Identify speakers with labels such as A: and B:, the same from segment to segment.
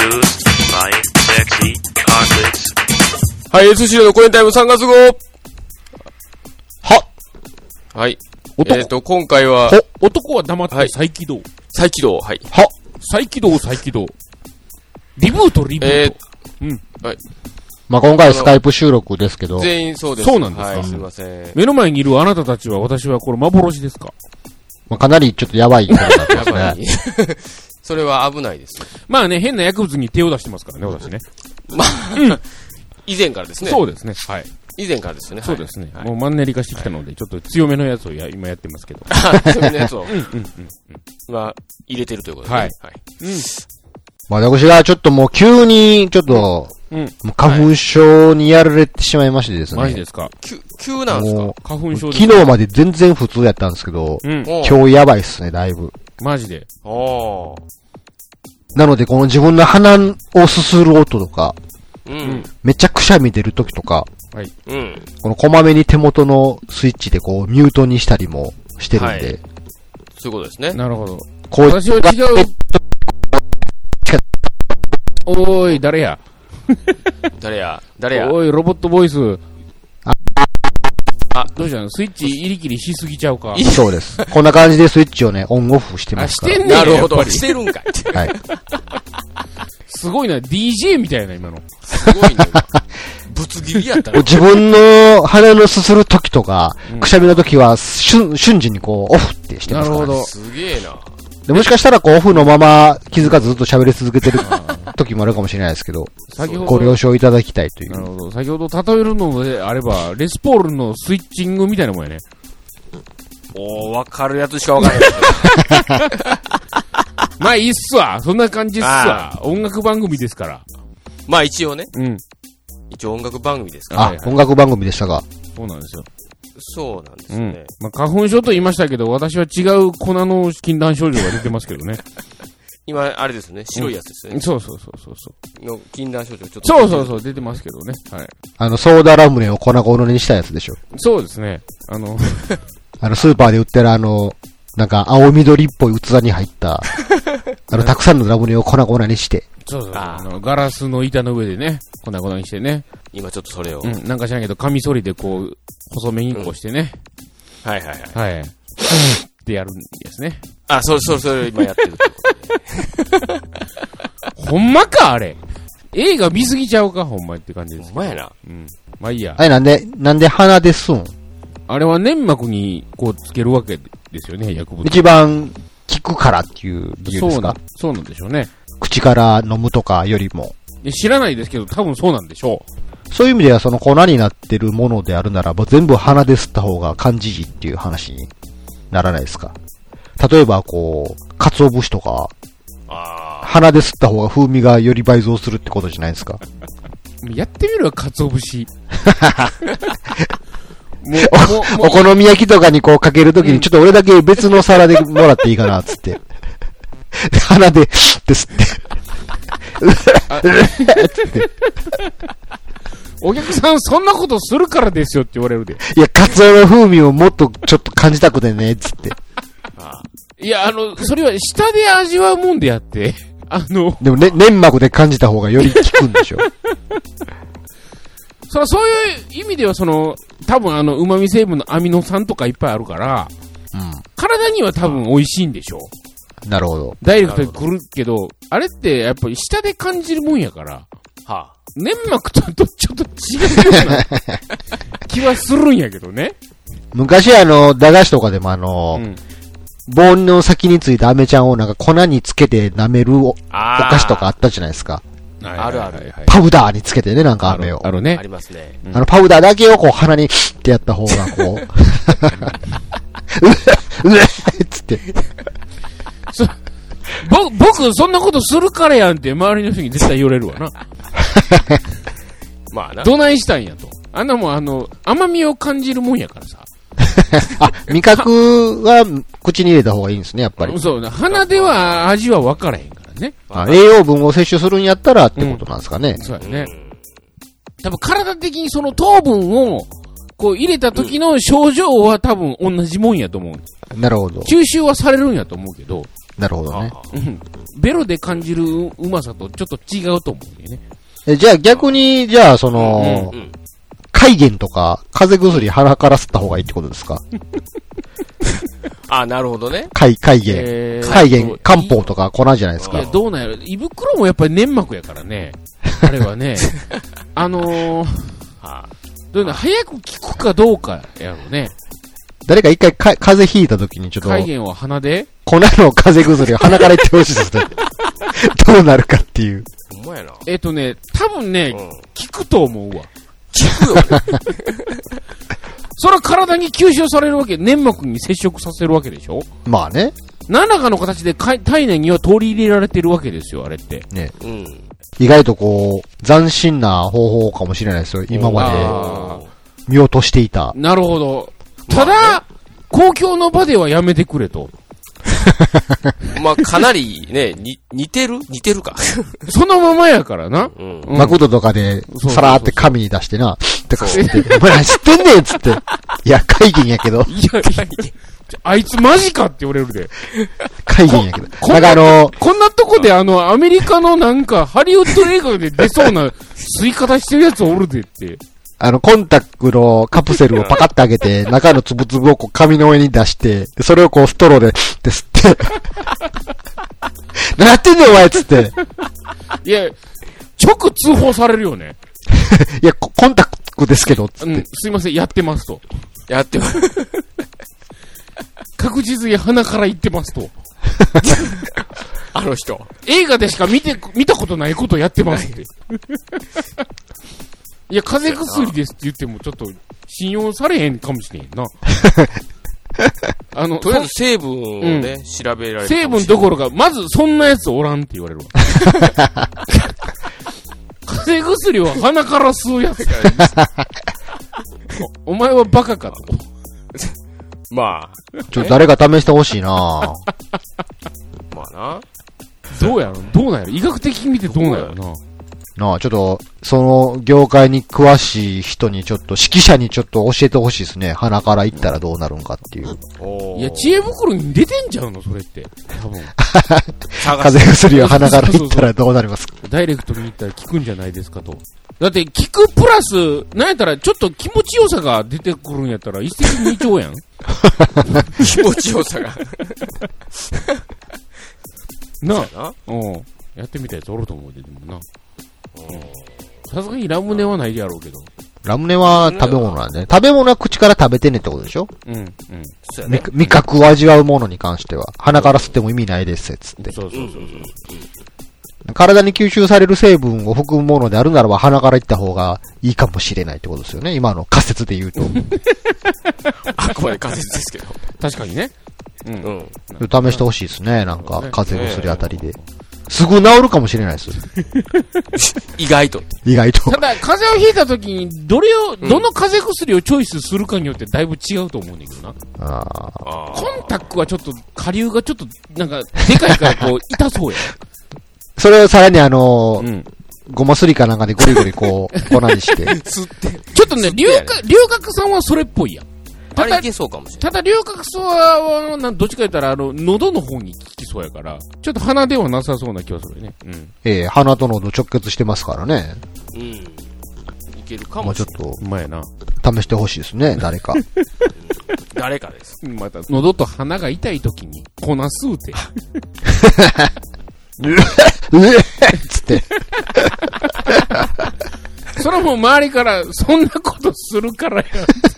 A: はい、SC のコエンタイム3月号ははい。今回は、
B: 男は黙って再起動。
A: 再起動、はい。
B: 再起動。リブート。うん。はい。
C: まあ、今回スカイプ収録ですけど。
A: 全員そうです。
B: そうなんですか。
A: はい、すいません。
B: 目の前にいるあなたたちは私はこれ幻ですか？
C: まあ、かなりちょっとやばいからだった
A: やばい。それは危ないです。
B: まあね、変な薬物に手を出してますからね、私ね。
A: まあ、以前からですね。
B: そうですね。はい。
A: 以前からですね。
B: そうですね。もうマンネリ化してきたので、ちょっと強めのやつを今やってますけど。
A: 強めのやつを。まあ、入れてるということで。はい。
C: まあ、私がちょっともう急に、ちょっと、もう花粉症にやられてしまいましてですね。
B: マジですか？
A: 急なんですか？
B: 花粉症
C: 昨日まで全然普通やったんですけど、今日やばいっすね、だいぶ。
B: マジで。
C: なので、この自分の鼻をすする音とか、めっちゃくしゃみ出るときとか、このこまめに手元のスイッチでこうミュートにしたりもしてるんで。
A: そういうことですね。
B: なるほど。私は違う。おーい、誰やおい、ロボットボイス。どうしたの？スイッチ入り切りしすぎちゃうか？
C: そうです。こんな感じでスイッチをね、オンオフしてますから。
A: してんねん。なるほど。してるんかい。はい。
B: すごいな、DJ みたいな、今の。
A: すごいね。ぶつ切りやったら。
C: 自分の鼻のすするときとか、くしゃみのときは、瞬時にこう、オフってしてますから。
B: なるほど。
A: すげえな。
C: で、もしかしたらこう、オフのまま気づかずずっと喋り続けてる時もあるかもしれないですけど、ご了承いただきたいという。
B: なるほど。先ほど例えるのであれば、レスポールのスイッチングみたいなもんやね。
A: わかるやつしかわからない。
B: まあいいっすわ。そんな感じっすわ。音楽番組ですから。
A: まあ一応ね。一応音楽番組ですから。
C: 音楽番組でしたが。
B: そうなんですよ。
A: そうなんですね。
B: まあ花粉症と言いましたけど、私は違う粉の禁断症状が出てますけどね。
A: 今、あれですね。白いやつですね。
B: そう。
A: の禁断症状ちょっと。
B: そう、出てますけどね。はい。
C: ソーダラムネを粉々にしたやつでしょ。
B: そうですね。
C: スーパーで売ってるなんか、青緑っぽい器に入った、たくさんのラムネを粉々にして。
B: そう。ガラスの板の上でね、粉々にしてね。
A: 今ちょっとそれを。
B: なんか知らんけど、カミソリでこう、細めにこうしてね。
A: はい。
B: ってやるんですね。
A: それ今やってる。
B: ほんまかあれ。映画見すぎちゃうかほんまって感じです。
A: ほんまやな。
B: まあいいや。
C: なんで鼻ですん？
B: あれは粘膜にこうつけるわけですよね、薬物。
C: 一番効くからっていう理由ですか？
B: そうなんでしょうね。
C: 口から飲むとかよりも。
B: 知らないですけど、多分そうなんでしょ
C: う。そういう意味ではその粉になってるものであるならば全部鼻で吸った方が感じいいっていう話にならないですか？例えばこう、鰹節とか、鼻で吸った方が風味がより倍増するってことじゃないですか？
B: やってみるわ、鰹節。
C: お好み焼きとかにこうかけるときにちょっと俺だけ別の皿でもらっていいかなっつって。鼻で、ですって。
B: お客さんそんなことするからですよって言われるで。
C: いや、カツオの風味をもっとちょっと感じたくてね、つって。
B: いや、それは舌で味わうもんであって、
C: でもね、粘膜で感じた方がより効くんでしょ。
B: そういう意味では多分旨味成分のアミノ酸とかいっぱいあるから、体には多分美味しいんでしょう。
C: なるほど。
B: ダイレクトに来るけど、あれってやっぱり舌で感じるもんやから、粘膜とちょっと違うような気はするんやけどね。
C: 昔駄菓子とかでも棒の先についた飴ちゃんをなんか粉につけて舐めるお菓子とかあったじゃないですか。
A: ある。
C: パウダーにつけてね、なんか飴を。
B: あるね。
A: ありますね。
C: パウダーだけをこう鼻にってやった方がこう、うえっつって。
B: 僕、そんなことするからやんって周りの人に絶対言われるわな。
A: まあな。
B: どないしたんやと。もう甘みを感じるもんやからさ。
C: 味覚は口に入れた方がいいんですね、やっぱり。
B: そう、鼻では味は分からへんからね。
C: 栄養分を摂取するんやったらってことなんですかね。
B: そうやね。多分体的にその糖分をこう入れた時の症状は多分同じもんやと思う。
C: なるほど。
B: 吸収はされるんやと思うけど。
C: なるほどね。
B: ベロで感じるうまさとちょっと違うと思うんだよね。
C: じゃあ逆に、じゃあ海源とか、風邪薬鼻から吸った方がいいってことですか？
A: あ、なるほどね。
C: 海源、漢方とか粉じゃないですか。
B: いや、どうなんやろ。胃袋もやっぱり粘膜やからね。あれはね。どういうの、早く効くかどうかやろうね。
C: 誰か一回風邪ひいた時にちょっと。
B: 海源は鼻で
C: 粉の風邪薬を鼻からいってほしいですね。どうなるかっていう。
A: ほんまやな。
B: 多分ね、効くと思うわ。
A: 効くよ。
B: それは体に吸収されるわけ、粘膜に接触させるわけでしょ？
C: まあね。
B: 何らかの形で体内には取り入れられてるわけですよ、あれって。ね。
C: うん。意外とこう、斬新な方法かもしれないですよ。今まで見落としていた。
B: なるほど。ただ、公共の場ではやめてくれと。
A: まあ、かなりね、似てるか。
B: そのままやからな。
C: マクドとかで、さらーって紙に出してな、ってか吸って、お前何知ってんねんつって。いや、会議やけど。
B: いや、あいつマジかって言われるで。
C: 会議やけど。
B: こんなとこでアメリカのなんか、ハリウッド映画で出そうな吸い方してるやつおるでって。
C: コンタクトのカプセルをパカッて開けて、中のつぶつぶをこう紙の上に出して、それをこうストローで吸って、何やってんねんお前つって。
B: いや、直通報されるよね。
C: いや、コンタクトですけど、つって。
B: すいません、やってますと。
A: やってます。
B: 確実に鼻から言ってますと。
A: あの人。
B: 映画でしか見たことないことやってますって。いや、風邪薬ですって言ってもちょっと信用されへんかもしれんな。
A: とりあえず成分をね、調べられる。
B: 成分どころか、まずそんなやつおらんって言われるわ。風邪薬は鼻から吸うやつから。お前はバカかと。
A: まあ。
C: 誰か試してほしいな
A: まあな。
B: どうなんやろ医学的に見てどうなんやろな。
C: ちょっと、その業界に詳しい人にちょっと、指揮者にちょっと教えてほしいですね。鼻から行ったらどうなるんかっていう。
B: いや、知恵袋に出てんじゃうのそれって。多分。
C: 風邪薬を鼻から行ったらどうなりますか？
B: ダイレクトに言ったら効くんじゃないですかと。だって、効くプラス、なんやったらちょっと気持ちよさが出てくるんやったら一石二鳥やん。
A: 気持ちよさが。
B: なあ。やってみたやつおると思うで、でもな。さすがにラムネはないやろうけど。
C: ラムネは食べ物なんで、ね、食べ物は口から食べてねってことでしょ？そうやね。味覚を味わうものに関しては。鼻から吸っても意味ないですつって。そう。体に吸収される成分を含むものであるならば鼻からいった方がいいかもしれないってことですよね。今の仮説で言うと。
A: あくまで仮説ですけど。
B: 確かにね。
C: 試してほしいですね。なんか、風邪薬あたりで。すぐ治るかもしれないです。
A: 意外と。
B: ただ、風邪をひいた時に、どの風邪薬をチョイスするかによってだいぶ違うと思うんだけどな。コンタクはちょっと、下流がちょっと、なんか、でかいからこう、痛そうや。
C: それをさらにごますりかなんかでゴリゴリこう、粉にして。
A: 吸って。
B: ちょっとね、龍角さんはそれっぽいやん。
A: あれいけそうかもしれない。
B: ただ、龍角散は、どっちか言ったら、喉の方に効きそうやから、ちょっと鼻ではなさそうな気がするね。
C: 鼻と喉直結してますからね。
A: いけるかもしれない。
C: ちょっと、
B: うまいな。
C: 試してほしいですね、誰か。
A: 誰かです。
B: また、喉と鼻が痛い時に、粉吸うて。
C: つって。
B: それはもう周りから、そんなことするからや。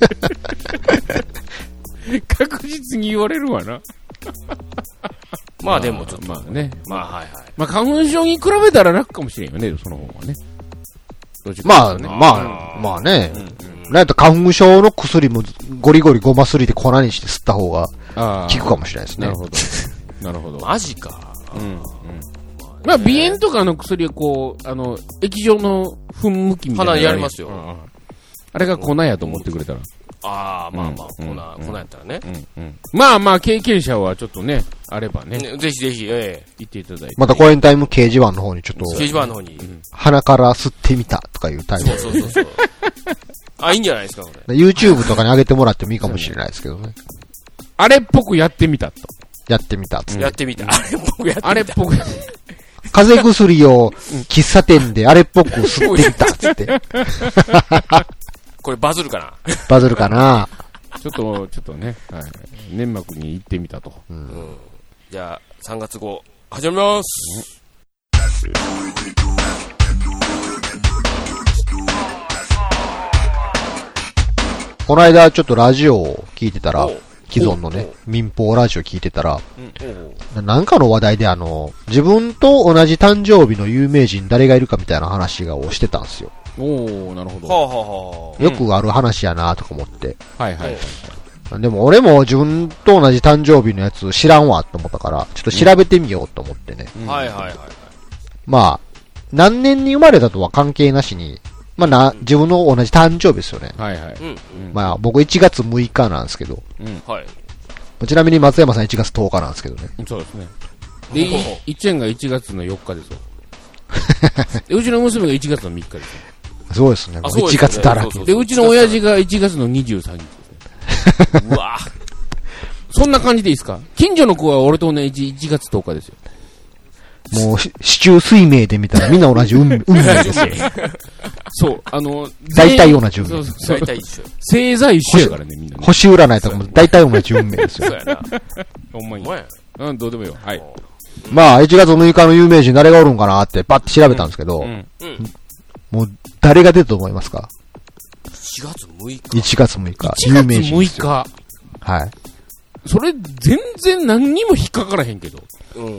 B: 確実に言われるわな。
A: まあでもちょっと。
B: まあね。
A: まあはいはい。
B: まあ花粉症に比べたら楽かもしれんよね、その方がね。
C: まあね。なんと花粉症の薬もゴリゴリごますりで粉にして吸った方が効くかもしれないですね。
B: なるほど。
A: マジか。
B: まあ、鼻炎とかの薬はこう、液状の噴霧器みたいな。
A: 鼻やりますよ。
B: あれが粉やと思ってくれたら。
A: まあ、粉やったらね。
B: まあ、経験者はちょっとね、あればね。
A: ぜひぜひ、
B: 言っていただいて。
C: またコエンタイム掲示板の方にちょっと。
A: 掲示板の方に。
C: 鼻から吸ってみたとかいうタイプ。
A: そう。いいんじゃないですか、こ
C: れ。YouTube とかに上げてもらってもいいかもしれないですけどね。
B: あれっぽくやってみたと。
C: やってみたっつって。
A: やってみた。あれっぽくやってみた。
B: あれっぽく。
C: 風邪薬を喫茶店であれっぽく吸ってみたっつって。
A: これバズるかな？
C: バズるかな？
B: ちょっとね、はい、粘膜に行ってみたと。
A: じゃあ、3月号、始めます。
C: この間ちょっとラジオを聞いてたら、既存のね、民放ラジオ聞いてたら、なんかの話題で自分と同じ誕生日の有名人誰がいるかみたいな話をしてたんですよ。
B: おー、なるほど。
A: はあはあはあ、
C: よくある話やなとか思って。
B: はいはい。
C: でも俺も自分と同じ誕生日のやつ知らんわと思ったから、ちょっと調べてみようと思ってね。
A: はいはいはい。
C: まあ、何年に生まれたとは関係なしに、まあ自分の同じ誕生日ですよね。
B: はいはい。
C: まあ僕1月6日なんですけど。
A: はい。
C: ちなみに松山さん1月10日なんですけどね。
B: そうですね。で、一円が1月の4日ですよ。で、うちの娘が1月の3日ですよ。
C: そうですね。1月だらけ。
B: で、うちの親父が1月の23日ですね。うわぁ。そんな感じでいいですか？近所の子は俺と同じ1月10日ですよ。
C: もう、市中水明で見たらみんな同じ運命ですよ。
B: そう、
C: 大体同じ運命。
A: そう、大体一緒。
B: 星座一緒やからね、みんな、ね。
C: 星占いとかも大体同じ運命ですよ。
A: そうやな。
B: ほんまに。どうでもいいよ。はい。
C: まあ、1月6日の有名人誰がおるんかなってパッて調べたんですけど、もう、誰が出ると思いますか？
A: 1月6日。
C: 1月6日。
B: 1月6日。
C: はい。
B: それ、全然何にも引っかからへんけど。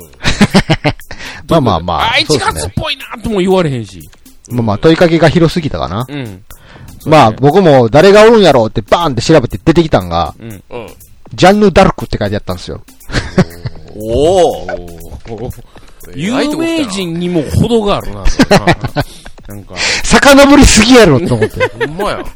C: まあまあまあ。
B: 1月っぽいなとも言われへんし。
C: まあまあ、問いかけが広すぎたかな。まあ、
B: ね、
C: 僕も誰がおるんやろうってバーンって調べて出てきたんが、ジャンヌ・ダルクって書いてあったんですよ。
A: お
B: 有名人にも程があるな。なんか。
C: 遡りすぎやろと思って。
A: ほんまや。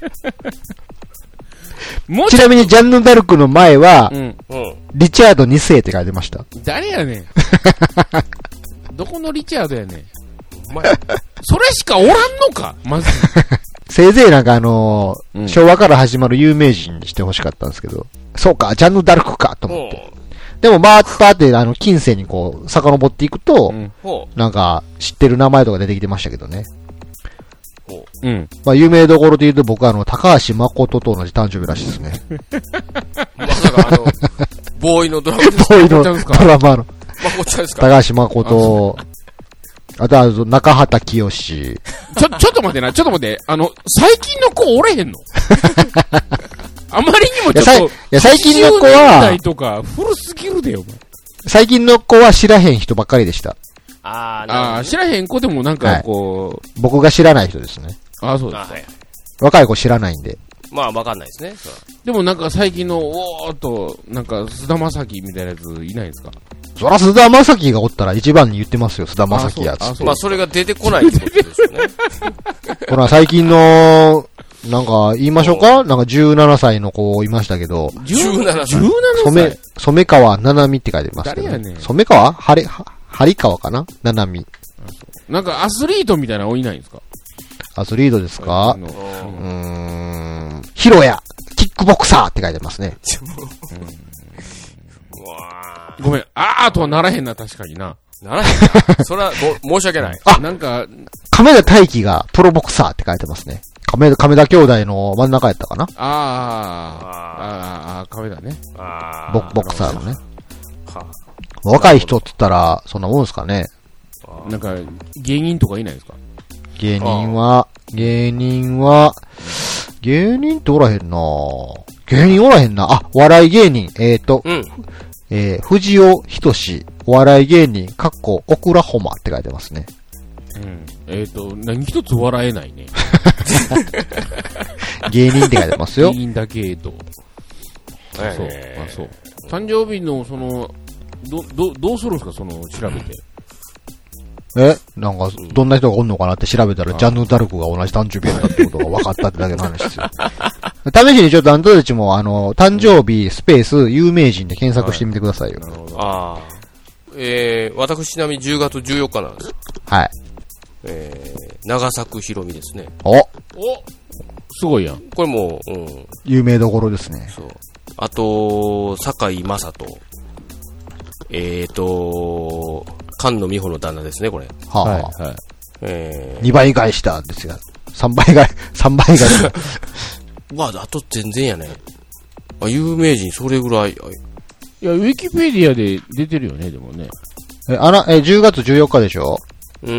C: ちなみにジャンヌ・ダルクの前は、リチャード2世って書いてました。
B: 誰やねん。どこのリチャードやねん。それしかおらんのかまず。
C: せいぜいなんか昭和から始まる有名人にしてほしかったんですけど、そうか、ジャンヌ・ダルクかと思って。でもバーって近世にこう、遡っていくと、なんか、知ってる名前とか出てきてましたけどね。まあ、有名どころで言うと僕は高橋誠と同じ誕生日らしいですね。
A: まさかボーイのドラマ
C: ボーイのドラマの。高橋誠。あとは、中畑清。ち
B: ょっと待ってな、ちょっと待って。最近の子おれへんのあまりにもちょっと。い
C: や、最近の子は、
B: 年代とか古すぎるでよ、
C: 最近の子は知らへん人ばっかりでした。
B: 知らへん子でもなんかこう、
C: 僕が知らない人ですね。
B: そうです。
C: 若い子知らないんで。
A: まあ、わかんないですね。
B: でもなんか最近の、おーっと、なんか、菅田将暉みたいなやついないですか？
C: そら菅田将暉がおったら一番に言ってますよ、菅田将暉やつ。
A: まあ、それが出てこないってことですよね。
C: ほら、最近の、なんか、言いましょうか？なんか17歳の子いましたけど。
A: 17歳
C: 染川七海って書いてますけど。
B: 誰やねん。
C: 染川張川かな七海。
B: なんかアスリートみたいなのいないんですか？
C: アスリートですか？ヒロヤ、キックボクサーって書いてますね。
B: ごめん、とはならへんな、確かにな。
A: ならへんな。それは、申し訳ない。
B: なんか、
C: 亀田大輝がプロボクサーって書いてますね。亀田兄弟の真ん中やったかな？
B: 亀田ね。
C: ボクサーのね。若い人って言ったら、そんなもんですかね。
B: なんか、芸人とかいないですか？
C: 芸人っておらへんな。芸人おらへんな。笑い芸人。藤尾仁、お笑い芸人、オクラホマって書いてますね。
B: 何一つ笑えないね。
C: 芸人って書いてますよ。
B: 芸人だけと。そう。誕生日の、どうするんですか、調べて。
C: なんか、どんな人がおんのかなって調べたら、ジャンヌ・ダルクが同じ誕生日やったってことが分かったってだけの話ですよ。試しにちょっとあんたたちも、誕生日、スペース、有名人で検索してみてくださいよ。
A: なるほど。私ちなみに10月14日なんです。
C: はい。
A: 長作ひろみですね。
B: すごいやん。
A: これも
C: 有名どころですね。
A: そう。あと、堺雅人。 菅野美穂の旦那ですね、これ。
C: はあ、
B: はい、はい。
C: 2倍返したんですが、3倍返した。
A: うわ、あと全然やね。あ、有名人それぐらい。
B: いや、ウィキペディアで出てるよね、でもね。
C: 10月14日でしょ？
A: うん。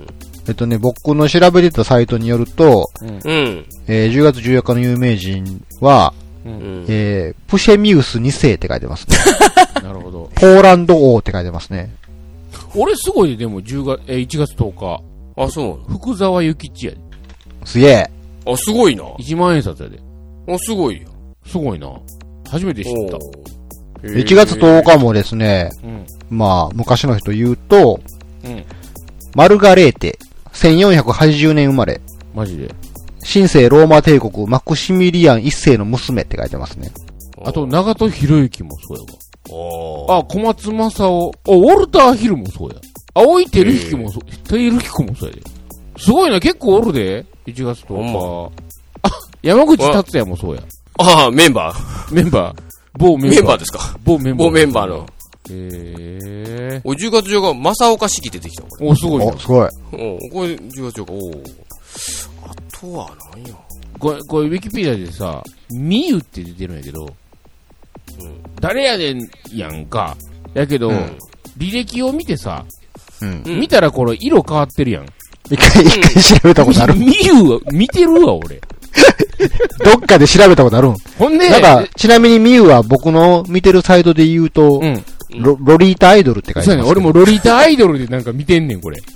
C: 僕の調べてたサイトによると、
A: うん。
C: 10月14日の有名人は、
A: うん。
C: プシェミウス2世って書いてますね。
B: なるほど。
C: ポーランド王って書いてますね。
B: 俺すごいで、でも1月10日。
A: あ、そう。
B: 福沢諭吉やで。
C: すげえ。
A: あ、すごいな。
B: 1万円札やで。
A: あ、すごいよ。
B: すごいな。初めて知った。
C: 1月10日もですね、まあ、昔の人言うと、マルガレーテ、1480年生まれ。
B: マジで。
C: 新生ローマ帝国マクシミリアン一世の娘って書いてますね。
B: あと、長門博之もそうやわ。
A: あ、
B: 小松正夫。ウォルターヒルもそうや。青井照彦もそうやで。すごいな、結構おるで。1月10日。あ、山口達也もそうや。
A: ああ、メンバー
B: 某メンバー。
A: メンバーですか？某メンバーの。お、10月10日、正岡式出てきた、これ。
C: お、すごい。お、すごい。
A: これ10月10日、あとは何や。
B: これ、ウィキペディアでさ、ミユって出てるんやけど、誰やねんやんか。やけど、履歴を見てさ、見たらこれ色変わってるやん。
C: 一回調べたことある。
B: ミユは、見てるわ、俺。
C: どっかで調べたことあるん。
B: ほんで、
C: なんか、ちなみにミユは僕の見てるサイトで言うと、ロリータアイドルって書いてます。
B: そうやね、俺もロリータアイドルでなんか見てんねん、これ。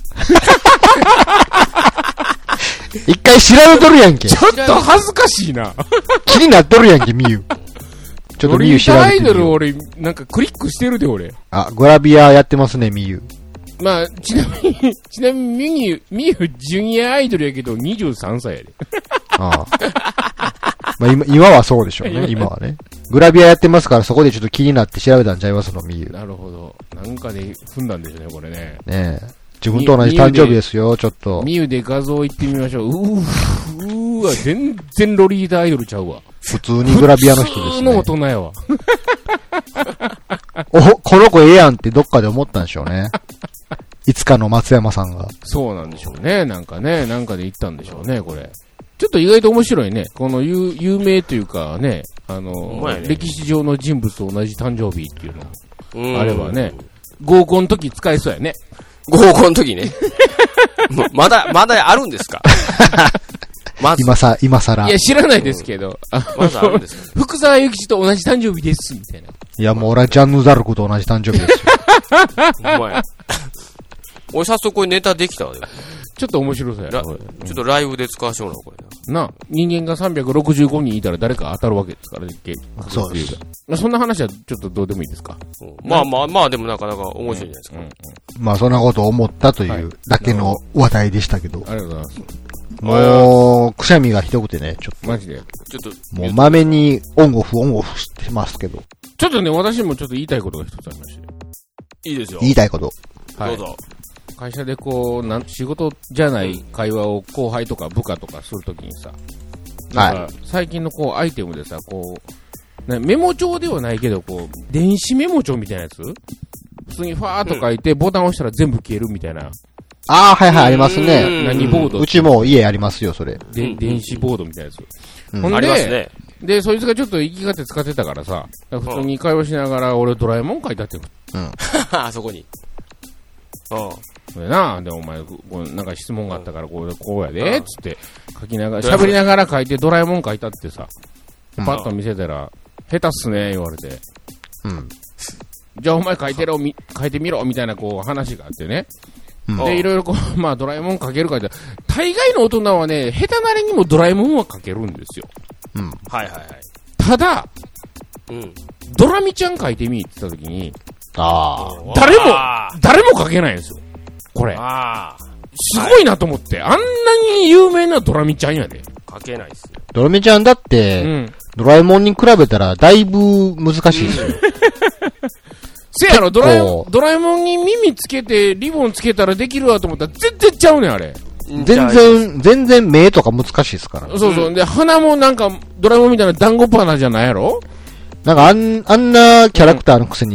C: 一回調べとるやんけ。
B: ちょっと恥ずかしいな。
C: 気になっとるやんけ、ミユ。ちょっとミユ調べてみよう。ロリータアイ
B: ドル俺、なんかクリックしてるで、俺。
C: あ、グラビアやってますね、ミユ。
B: まあ、ちなみに、ミユジュニアアイドルやけど23歳やで。
C: ああ。まあ今はそうでしょうね、今はね。グラビアやってますからそこでちょっと気になって調べたんちゃいますの、ミユ。
B: なるほど。なんかで踏んだんですね、これね。
C: ねえ。自分と同じ誕生日ですよ、ちょっと。
B: ミユで画像いってみましょう。うわ、全然ロリータアイドルちゃうわ。
C: 普通にグラビアの人ですね。
B: 普通の大人やわ。
C: この子ええやんってどっかで思ったんでしょうね。いつかの松山さんが。
B: そうなんでしょうね。なんかで言ったんでしょうね、これ。ちょっと意外と面白いね。この有名というかね、歴史上の人物と同じ誕生日っていうのあればね、合コンの時使えそうやね。
A: 合コンの時ね。まだあるんですか？
C: 今さら。
B: いや、知らないですけど。
A: まだあるんですか？
B: 福沢諭吉と同じ誕生日です、みたいな。
C: いや、もう俺はジャンヌ・ダルクと同じ誕生日ですよ。
A: お前。俺早速これネタできたわよ。
B: ちょっと面白そうやな。
A: ちょっとライブで使わせてもらおう、これ。
B: なあ、人間が365人いたら誰か当たるわけですからね、
C: そうです。
B: そんな話はちょっとどうでもいいですか？
A: まあでもなかなか面白いじゃないですか。
C: まあそんなことを思ったというだけの話題でしたけど。
B: ありがとうございます。
C: もう、くしゃみがひどくてね、ちょっと。
B: マジで。
A: ちょっと。
C: もうまめにオンオフしてますけど。
B: ちょっとね、私もちょっと言いたいことが一つありまして。
A: いいですよ。
C: 言いたいこと。
A: どうぞ。
B: 会社で仕事じゃない会話を後輩とか部下とかするときにさ、なんか最近のアイテムでさ、メモ帳ではないけど、電子メモ帳みたいなやつ普通にファーっと書いて、ボタン押したら全部消えるみたいな。
C: ああ、はいはい、ありますね。
B: 何ボード？
C: うちも家ありますよ、それ。
B: 電子ボードみたいなやつ。
A: ありますね。
B: で、そいつがちょっと行き勝手使ってたからさ、普通に会話しながら、俺ドラえもん書いたって。
A: あそこに。
B: それな、で、お前、なんか質問があったから、こうやで、つって、書きながら、喋りながら書いて、ドラえもん書いたってさ、パッと見せたら、下手っすね、言われて。じゃあお前書いてみろ、みたいな話があってね。で、いろいろまあ、ドラえもん書けるかって、大概の大人はね、下手なりにもドラえもんは書けるんですよ。
A: はいはいはい。
B: ただ、ドラミちゃん書いてみって言ったときに、誰も書けないんですよ。これ。すごいなと思って。あんなに有名なドラミちゃんやで。
A: 書けないっすね。
C: ドラミちゃんだって、ドラえもんに比べたらだいぶ難しいですよ。
B: せやろ、ドラえもんに耳つけて、リボンつけたらできるわと思ったら全然ちゃうねん、あれ。
C: 全然目とか難しいですからね。
B: そうそう。で、鼻もなんか、ドラえもんみたいな団子パナじゃないやろ？
C: なんかあんなキャラクターのくせに、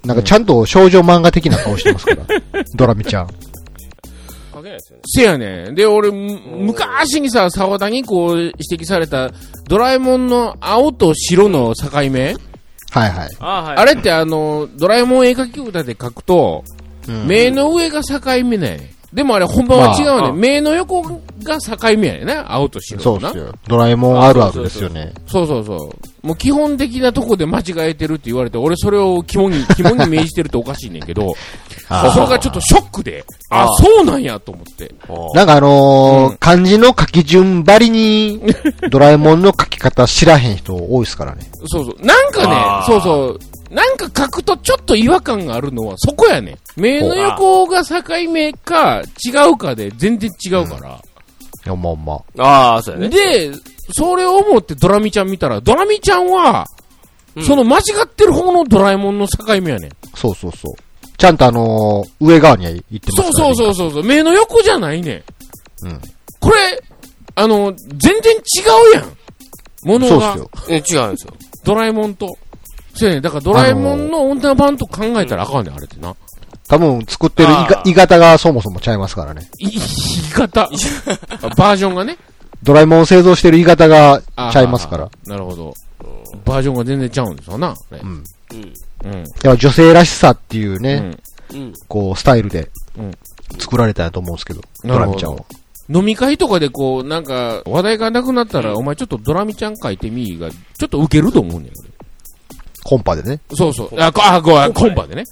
C: なんかちゃんと少女漫画的な顔してますから。ドラミちゃん。
A: 関係ないですよね。
B: せやねん。で、俺、昔にさ、沢田にこう指摘された、ドラえもんの青と白の境目、
C: はいはい。
B: あれってドラえもん絵描き歌で書くと、目の上が境目ね。でもあれ本番は違うね。目の横が境目やねんな。青と白
C: そうですよ。ドラえもんあるあるですよね。
B: そうそうそう。もう基本的なとこで間違えてるって言われて、俺それを肝に銘じてるとおかしいねんけど、それがちょっとショックで、そうなんやと思って。
C: なんか漢字の書き順ばりに、ドラえもんの書き方知らへん人多いですからね。
B: そうそう。なんかね、そうそう。なんか書くとちょっと違和感があるのはそこやね。目の横が境目か違うかで全然違うから。
C: いや、まあま
A: あ。そうやね。
B: で、それを思ってドラミちゃん見たら、ドラミちゃんは、その間違ってる方のドラえもんの境目やね。
C: そうそうそう。ちゃんと上側に行ってますからね。
B: そう。目の横じゃないね。これ、全然違うやん。ものが。
A: そうっすよ。違うんですよ。
B: ドラえもんと。そうやね。だからドラえもんの女版と考えたらあかんねん、あれってな。
C: 多分作ってる鋳型がそもそもちゃいますからね。
B: 鋳型バージョンがね。
C: ドラえもんを製造してる鋳型がちゃいますから。
B: なるほど。バージョンが全然ちゃうんですよな。
C: 女性らしさっていうね、こうスタイルで作られたんやと思うんですけど、ドラミちゃんは。
B: 飲み会とかでこう、なんか話題がなくなったら、お前ちょっとドラミちゃん書いてみーが、ちょっとウケると思うねん。
C: コンパでね。
B: そうそう。コンパでね。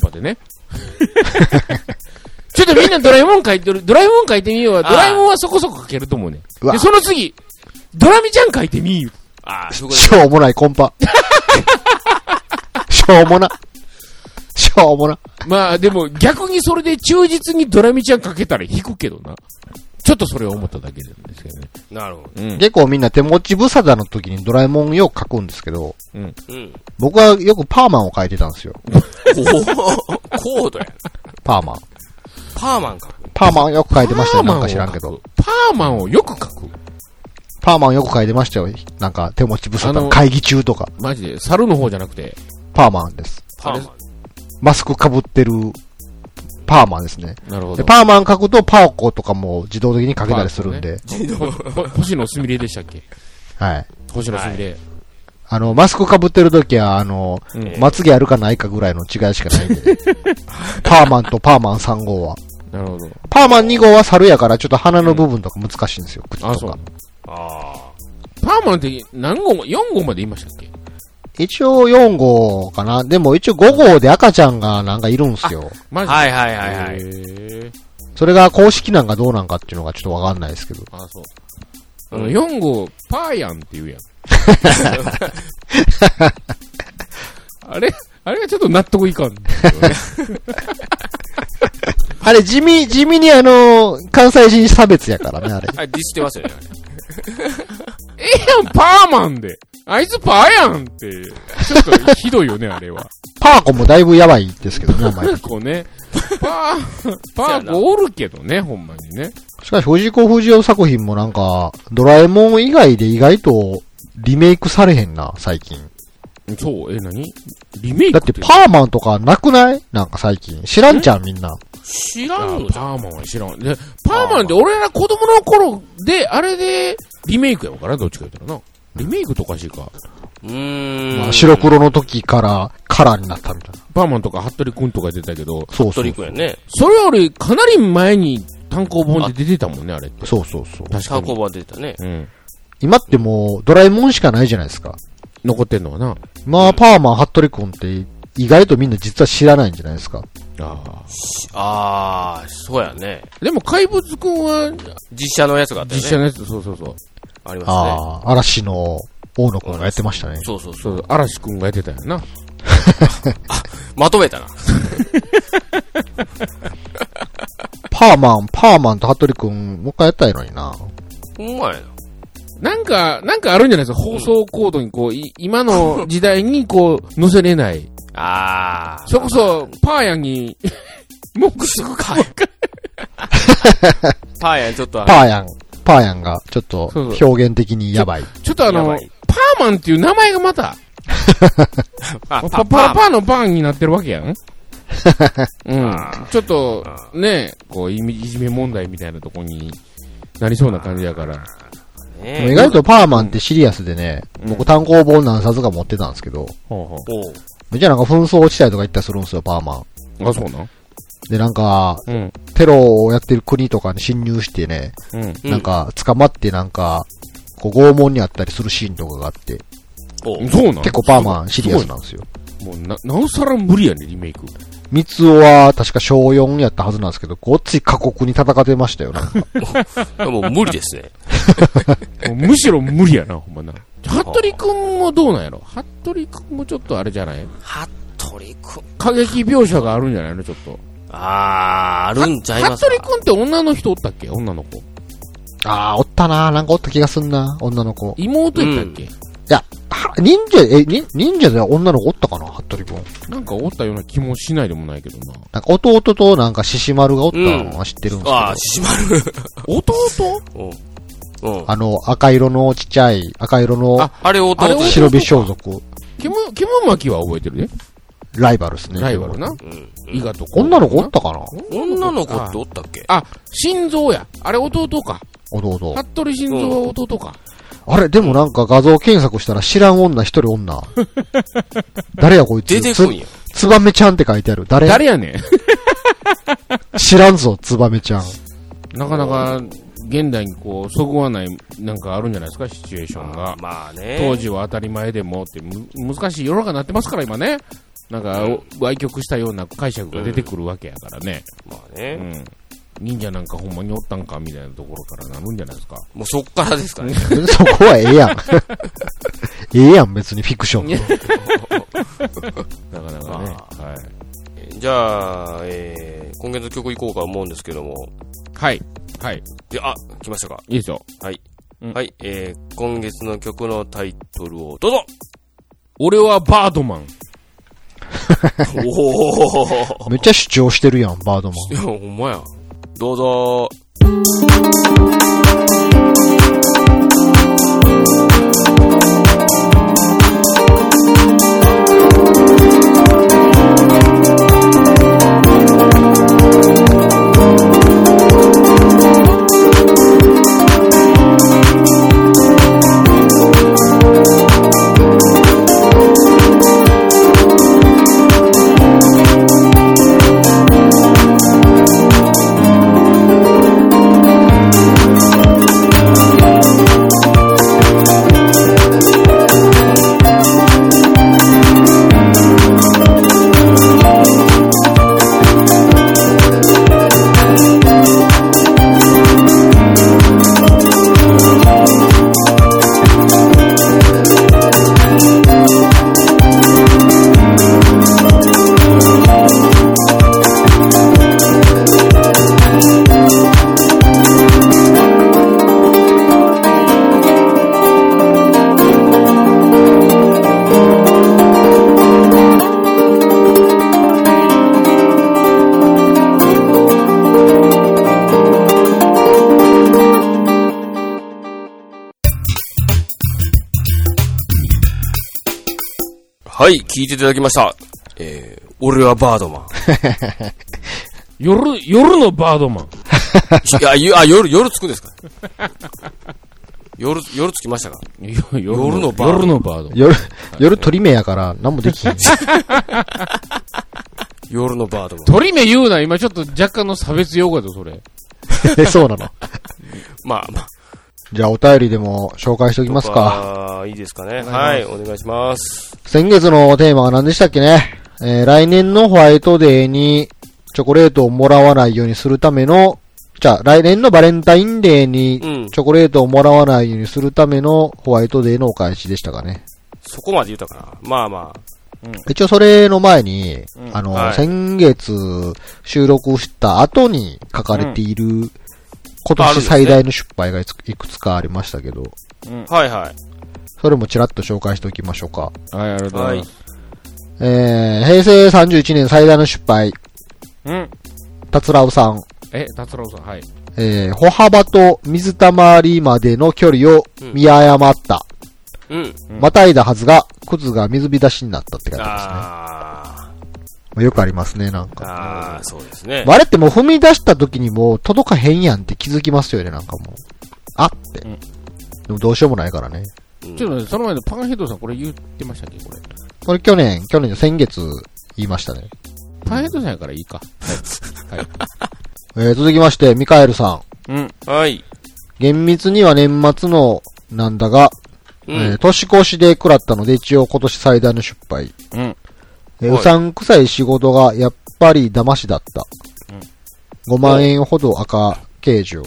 B: ちょっとみんなドラえもん書いてみよう。ドラえもんはそこそこ書けると思うね。で、その次、ドラミちゃん書いてみよう。
C: しょうもないコンパ。しょうもな。
B: まあでも逆にそれで忠実にドラミちゃん書けたら引くけどな。ちょっとそれを思っただけなんですけどね。
A: なるほど。
C: 結構みんな手持ち無沙汰の時にドラえもんよく書くんですけど、僕はよくパーマンを書いてたんですよ。
A: コードや。
C: パーマン。
A: パーマン書く。
C: パーマンよく書いてましたよ、なんか知らんけど。
B: パーマンをよく書く。
C: パーマンよく書いてましたよ。なんか手持ち無沙汰会議中とか。
B: マジで猿の方じゃなくて。
C: パーマンです。
A: パーマン。
C: マスク被ってるパーマンですね。
B: なるほど。
C: パーマン書くとパーコとかも自動的に書けたりするんで。
B: 星野すみれでしたっけ？
C: はい。
B: 星野すみれ。
C: マスク被ってる時は、まつげあるかないかぐらいの違いしかないんで。パーマンとパーマン3号は。
B: なるほど。
C: パーマン2号は猿やからちょっと鼻の部分とか難しいんですよ、口とか。
B: パーマンって何号 ?4 号まで言いましたっけ？
C: 一応4号かな。でも一応5号で赤ちゃんがなんかいるんすよ。
B: マジで？
A: はい。
C: それが公式なんかどうなんかっていうのがちょっとわかんないですけど。
B: そう。4号、パーヤンって言うやん。あれがちょっと納得いかん。
C: あれ地味に関西人差別やからね、あれ。
A: ディスってますよね、あれ。
B: やん、パーマンで。あいつパーやんって、ちょっとひどいよね、あれは。
C: パーコもだいぶやばいですけどね、
B: パーコね。パーコおるけどね、ほんまにね。
C: しかし、藤子不二雄作品もなんか、ドラえもん以外で意外とリメイクされへんな、最近。
B: そう、何リメイク
C: だってパーマンとかなくない？なんか最近。知らんじゃん、みんな。
B: 知らんよ、パーマンは知らん。で、パーマンって俺ら子供の頃で、あれで、リメイクやもんかな、どっちか言ったらな。リメイクとかしいか。
C: まあ、白黒の時からカラーになったみたいな。
B: パーマンとか服部くんとか出たけど。
C: そう。
A: 服部くんやね。
B: それよりかなり前に単行本で出てたもんね、あれって。
C: そう。
B: 確かに。
A: 単行本出てたね。
C: 今ってもう、ドラえもんしかないじゃないですか。
B: 残ってんのはな。
C: まあ、パーマン、服部くんって意外とみんな実は知らないんじゃないですか。
A: そうやね。
B: でも怪物くんは、
A: 実写のやつがあったよね。
B: 実写のやつ、そう。
A: ありますね。
C: 嵐の大野くんがやってましたね。
B: そう。嵐くんがやってたよな。
A: まとめたな。
C: パーマンと服部くん、もう一回やったらいいのにな。
A: ほんまやな。
B: なんかあるんじゃないですか、放送コードにこう、今の時代にこう、載せれない。それこそ、パーヤンに、文句すぐか。
A: パーヤンちょっと
C: パーヤンがちょっと表現的にやばい。
B: ちょっとパーマンっていう名前がまた、 パーのパンになってるわけやん。うん。ちょっと、ね、こう、いじめ問題みたいなとこになりそうな感じやから。
C: 意外とパーマンってシリアスでね、僕単行本何冊か持ってたんですけど、めっちゃなんか紛争地帯とか行ったりするんですよ、パーマン。
B: あ、そうなん
C: で、なんか、テロをやってる国とかに侵入してね、なんか、捕まってなんか、こう拷問にあったりするシーンとかがあって、
B: そうなん
C: 結構パーマンシリアスなんですよ。
B: もうなおさら無理やね、リメイク。
C: 三つおは確か小4やったはずなんですけど、ごっつい過酷に戦ってましたよ、なんか。
A: もう無理ですね。
B: むしろ無理やな、ほんまな。服部くんもどうなんやろ？服部くんもちょっとあれじゃない？
A: 服部くん。
B: 過激描写があるんじゃないのちょっと。
A: あるんちゃいますか？
B: 服部くんって女の人おったっけ？女の子。
C: おったな、なんかおった気がすんな、女の子。
B: 妹やったっけ？い
C: や、忍者で女の子おったかな、服部くん。
B: なんかおったような気もしないでもないけどな。
C: なんか弟となんか獅子丸がおったのは知ってるんですけど。
A: 獅子丸。
B: 弟？
C: 赤色のちっちゃい、赤色の、
A: あれ弟。
C: 白火装束。
B: 煙巻きは覚えてるね。
C: ライバルですね。
B: ライバルな。伊賀と
C: 女の子おったかな？
A: 女の子っておったっけ？
B: 心臓や。あれ弟か。
C: 弟。
B: 服部心臓は弟か。
C: あれ、でもなんか画像検索したら知らん女一人女。誰やこいつ。
A: 出てくんや。
C: つばめちゃんって書いてある。誰
B: やねん。
C: 知らんぞ、つばめちゃん。
B: なかなか、現代にこう、そぐわない、なんかあるんじゃないですか、シチュエーションが。
A: まあね。
B: 当時は当たり前でもって、難しい世の中になってますから、今ね。なんか、歪曲したような解釈が出てくるわけやからね。
A: まあね。
B: 忍者なんかほんまにおったんかみたいなところからなるんじゃないですか。
A: もうそっからですかね。
C: そこはええやん。ええやん、別にフィクション。
B: なかなかね。はい。
A: じゃあ、今月の曲いこうか思うんですけども。
B: はい。はい。
A: で、来ましたか。
B: いいですよ。
A: はい。はい。今月の曲のタイトルをどうぞ。
B: 俺はバードマン。
C: めっちゃ主張してるやん、バードマン。
A: いや、ほんまや。どうぞ。はい、聞いていただきました。俺はバードマン。
B: 夜のバードマン。
A: 夜つくんですか？夜つきましたか？夜のバード。
C: 夜鳥目やから何もできへん。
A: 夜のバードマン。
B: 鳥目言うな、今ちょっと若干の差別用語だぞ、それ。
C: そうなの。
A: まあ。
C: じゃあお便りでも紹介しておきますか。
A: いいですかね。はい、お願いします。
C: 先月のテーマは何でしたっけね。来年のホワイトデーにチョコレートをもらわないようにするための、来年のバレンタインデーにチョコレートをもらわないようにするためのホワイトデーのお返しでしたかね。
A: そこまで言ったかな。まあまあ。
C: 一応それの前に、先月収録した後に書かれている、今年最大の失敗がいくつかありましたけど。
A: はいはい。
C: それもちらっと紹介しておきましょうか。
B: はい、ありがとうございます。
C: 平成31年最大の失敗。達郎さん。
B: 達郎さん、はい。
C: 歩幅と水たまりまでの距離を見誤った。 またいだはずが、靴が水浸しになったって書いてますね。よくありますね、なんか。
A: そうですね。
C: あれってもう踏み出した時にもう届かへんやんって気づきますよね、なんかもう。あって。でもどうしようもないからね。
B: ちょっとね、その前のパンヘッドさんこれ言ってましたっけ、これ。
C: これ去年の先月言いましたね。
B: パンヘッドさんやからいいか。
C: はい。続きまして、ミカエルさ
A: ん。はい。
C: 厳密には年末のなんだが、年越しで食らったので一応今年最大の失敗。うさんくさい仕事がやっぱり騙しだった。5万円ほど赤計上。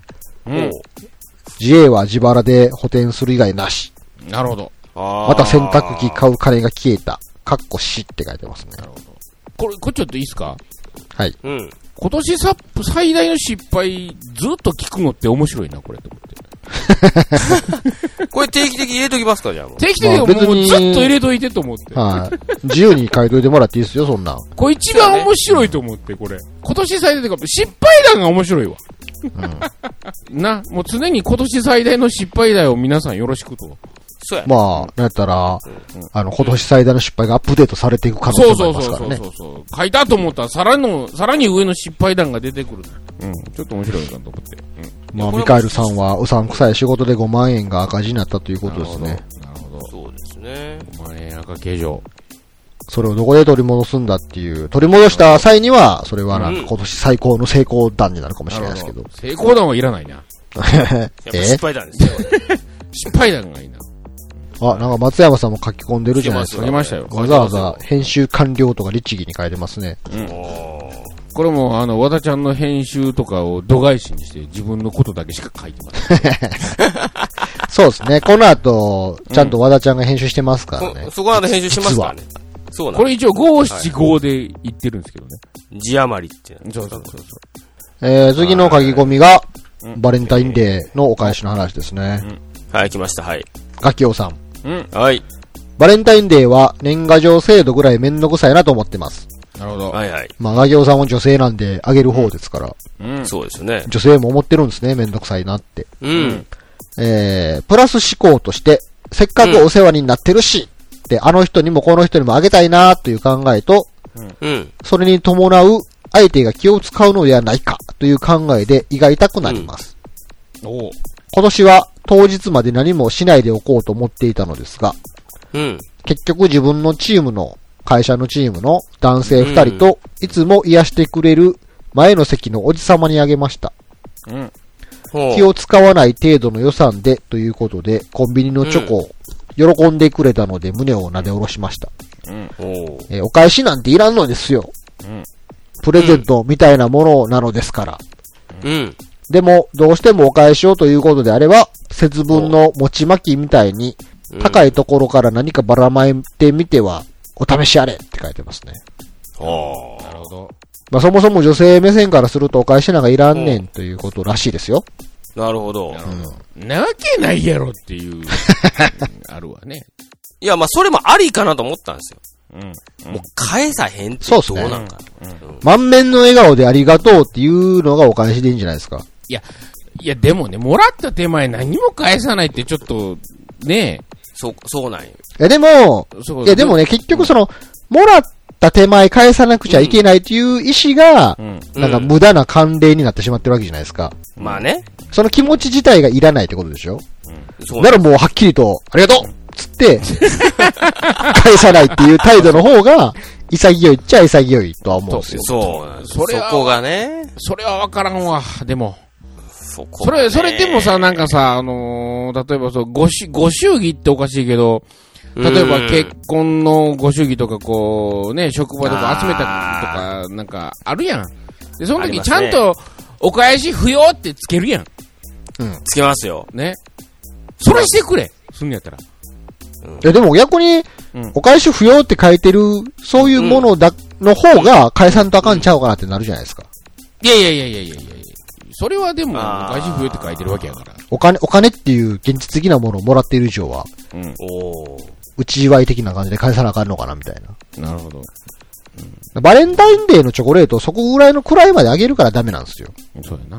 C: 自営は自腹で補填する以外なし。
B: なるほど。
C: また洗濯機買う金が消えた。かっこしって書いてますね。なるほど。
B: これちょっといいっすか？
C: はい。
B: 今年最大の失敗、ずっと聞くのって面白いな、これと思って。
A: これ定期的に入れときますか、じゃあもう。
B: 定期的にもうずっと入れといてと思って。
C: はい。自由に書いといてもらっていいですよ、そんなん。
B: これ一番面白いと思って、これ。今年最大というか、失敗談が面白いわ。もう常に今年最大の失敗談を皆さんよろしくと。
A: そうや。
C: まあ、なんやったら、今年最大の失敗がアップデートされていく可能性もありますからね。
B: そう。書いたと思ったら、さらに上の失敗談が出てくる。ちょっと面白いかと思って。
C: まあ、ミカエルさんはうさんくさい仕事で5万円が赤字になったということですね。
B: なるほど。
A: そうですね。
B: 5万円赤計上。
C: それをどこで取り戻すんだっていう、取り戻した際には、それはなんか今年最高の成功談になるかもしれないですけど。
B: 成功談はいらないな。
A: 失敗談ですよ。
B: 失敗談がいいな。
C: なんか松山さんも書き込んでるじゃないですか。
B: 書きましたよ。
C: わざわざ編集完了とか律儀に書いてますね。
B: これも和田ちゃんの編集とかを度外視にして自分のことだけしか書いてません。
C: そうですね。この後、ちゃんと和田ちゃんが編集してますからね。
A: そこまで編集しますからね。
B: そうなんこれ一応575で言ってるんですけどね。
A: 字余りって。
B: そう。
C: 次の書き込みが、バレンタインデーのお返しの話ですね。
A: はい、来ました。はい。
C: ガキオさん。
A: はい。
C: バレンタインデーは年賀状制度ぐらいめんどくさいなと思ってます。
B: なるほど。
A: はいはい。
C: まあ、ガキオさんも女性なんであげる方ですから。
A: そうですよね。
C: 女性も思ってるんですね、めんどくさいなって。プラス思考として、せっかくお世話になってるし、ってあの人にもこの人にもあげたいなという考えと、それに伴う相手が気を使うのではないかという考えで胃が痛くなります。今年は当日まで何もしないでおこうと思っていたのですが、結局自分のチームの、会社のチームの男性2人といつも癒してくれる前の席のおじさまにあげました。気を使わない程度の予算でということでコンビニのチョコを喜んでくれたので胸をなで下ろしました。お返しなんていらんのですよ。プレゼントみたいなものなのですから。でも、どうしてもお返しをということであれば、節分の餅巻きみたいに、高いところから何かばらまいてみては、お試しあれって書いてますね。
B: なるほど。
C: まあそもそも女性目線からするとお返しなんかいらんねんということらしいですよ。
A: なるほど。
B: なわけないやろっていう、あるわね。
A: いや、まあそれもありかなと思ったんですよ。もう返さへんってどうなんか。
C: 満面の笑顔でありがとうっていうのがお返しでいいんじゃないですか。
B: いやでもね、もらった手前何も返さないってちょっと、ねえ。
A: そうなんよ。
C: いやでもね、結局もらった手前返さなくちゃいけないという意思が、なんか無駄な慣例になってしまってるわけじゃないですか。
A: まあね。
C: その気持ち自体がいらないってことでしょ。だからもうはっきりと、ありがとうつって、返さないっていう態度の方が、潔いっちゃ潔いとは思うんですよ。
A: そこがね。
B: それはわからんわ、でも。それでもさ、なんかさ、例えばご祝儀っておかしいけど、例えば結婚のご祝儀とか職場で集めたりとか、なんかあるやん。で、その時ちゃんとお返し不要ってつけるやん。
A: つけますよ。
B: ね。それしてくれ。すんのやったら。
C: いやでも逆に、お返し不要って書いてる、そういうものの方が返さんとあかんちゃうかなってなるじゃないですか。
B: いや。それはでも、お返し不要って書いてるわけやから。
C: お金っていう現実的なものをもらっている以上は、内祝い的な感じで返さなあかんのかなみたい
B: な。なるほど。
C: バレンタインデーのチョコレートをそこぐらいの位まであげるからダメなんですよ。
B: そうやな。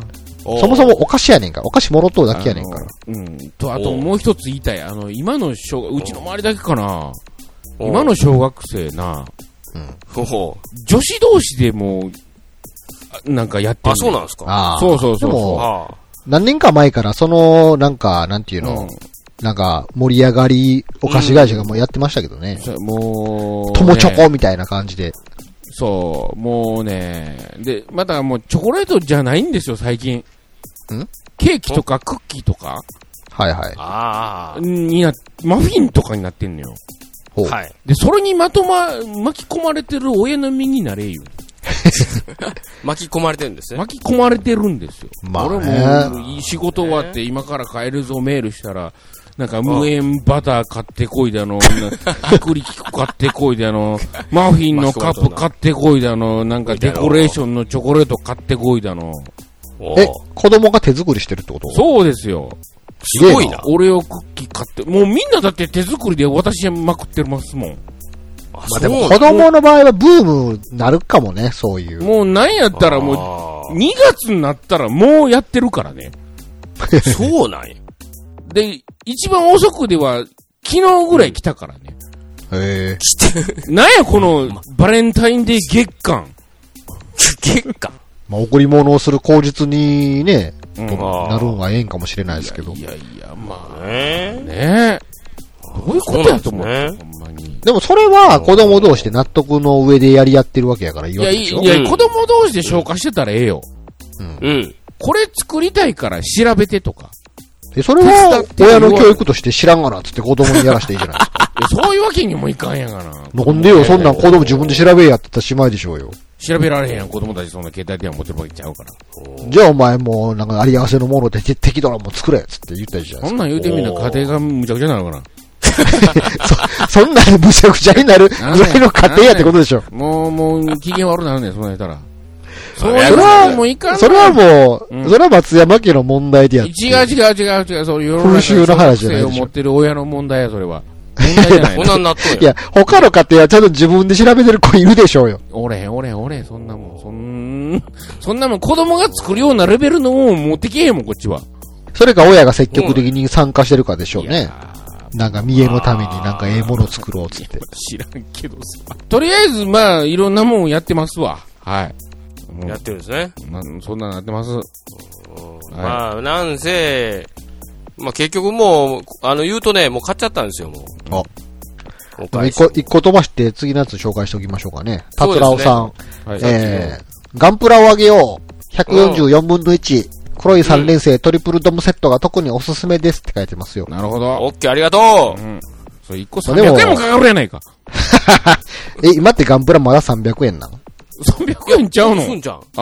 C: そもそもお菓子やねんから。お菓子もろとうだけやねんから。
B: あともう一つ言いたい。今のうちの周りだけかな。今の小学生な、女子同士でも、なんかやってる。
A: そうなんですか。
B: そう。
C: でも、何年か前から、なんていうの、なんか、盛り上がり、お菓子会社がもうやってましたけどね。
B: もう、
C: 友チョコみたいな感じで。
B: そう、もうね、で、またもうチョコレートじゃないんですよ、最近。ケーキとかクッキーとか
C: はいはい。
B: マフィンとかになってんのよ。
A: はい。
B: で、それに巻き込まれてる親の身になれよ。
A: 巻き込まれてるんですね。
B: 巻き込まれてるんですよ。俺も、仕事終わって今から帰るぞメールしたら、なんか無塩バター買ってこいだの、薄力粉買ってこいだの、マフィンのカップ買ってこいだの、なんかデコレーションのチョコレート買ってこいだの。
C: 子供が手作りしてるってこと？
B: そうですよ。
A: すごいな。
B: オレオクッキー買って、もうみんなだって手作りで私まくってますもん。
C: まあでも子供の場合はブームなるかもね、そういう。
B: もうなんやったらもう、2月になったらもうやってるからね。
A: そうなんや。
B: で、一番遅くでは昨日ぐらい来たからね。
C: へ
B: ぇ。なんやこのバレンタインデー月間。
A: 月間
C: まあ贈り物をする口実にね、なるんはええんかもしれないですけど。
B: いや、まあ。ねどういうことやと思って、ほんまに。
C: でもそれは子供同士で納得の上でやり合ってるわけやからいいわけでしょ。
B: いや、子供同士で消化してたらええよ。これ作りたいから調べてとか。
C: それは親の教育として知らんがなっつって子供にやらしていいじゃないですか。
B: そういうわけにもいかんやがな。
C: なんでよ、そんなん子供自分で調べやってたらしまいでしょうよ。
B: 調べられへんやん、子供たちそんな携帯電話持ってるわけちゃうから。
C: じゃあお前もうなんかあり合わせのもので適度なもん作れっつって言ったりじゃないですか。
B: そんなん言うてみんな家庭がむちゃくちゃなのかな。
C: そんなんむちゃくちゃになるぐらいの家庭やってことでしょ。
B: もう機嫌悪なるねん、そんなん言ったら。それはもういかん。
C: それはもう、それは松山家の問題でやって。
B: 違う、そういう
C: 風習の話じゃないでしょ。
B: を持ってる親の問題や、それは。問題じゃない。
A: こんなんなっとんや。
C: いや、他の家庭はちゃんと自分で調べてる子いるでしょうよ。
B: おれへん、そんなもん、そんなもん子供が作るようなレベルのもん持ってけへんもん、こっちは。
C: それか親が積極的に参加してるかでしょうね。なんか見栄のためになんかええもの作ろうっつって。
B: 知らんけどさ。とりあえず、まあ、いろんなもんやってますわ。はい。
A: やってるんですね。
B: そんなのやってます。
A: まあ、なんせ、まあ結局もう、言うとね、もう買っちゃったんですよ、もう。
C: 一個飛ばして次のやつ紹介しておきましょうかね。タツラオさん。ガンプラをあげよう。144分の1。黒い3連星トリプルドムセットが特におすすめですって書いてますよ。
B: なるほど。
A: オッケー、ありがとう。
B: それ1個300円もかかるやないか。
C: 今ってガンプラまだ300円なの
B: ？300円ちゃうの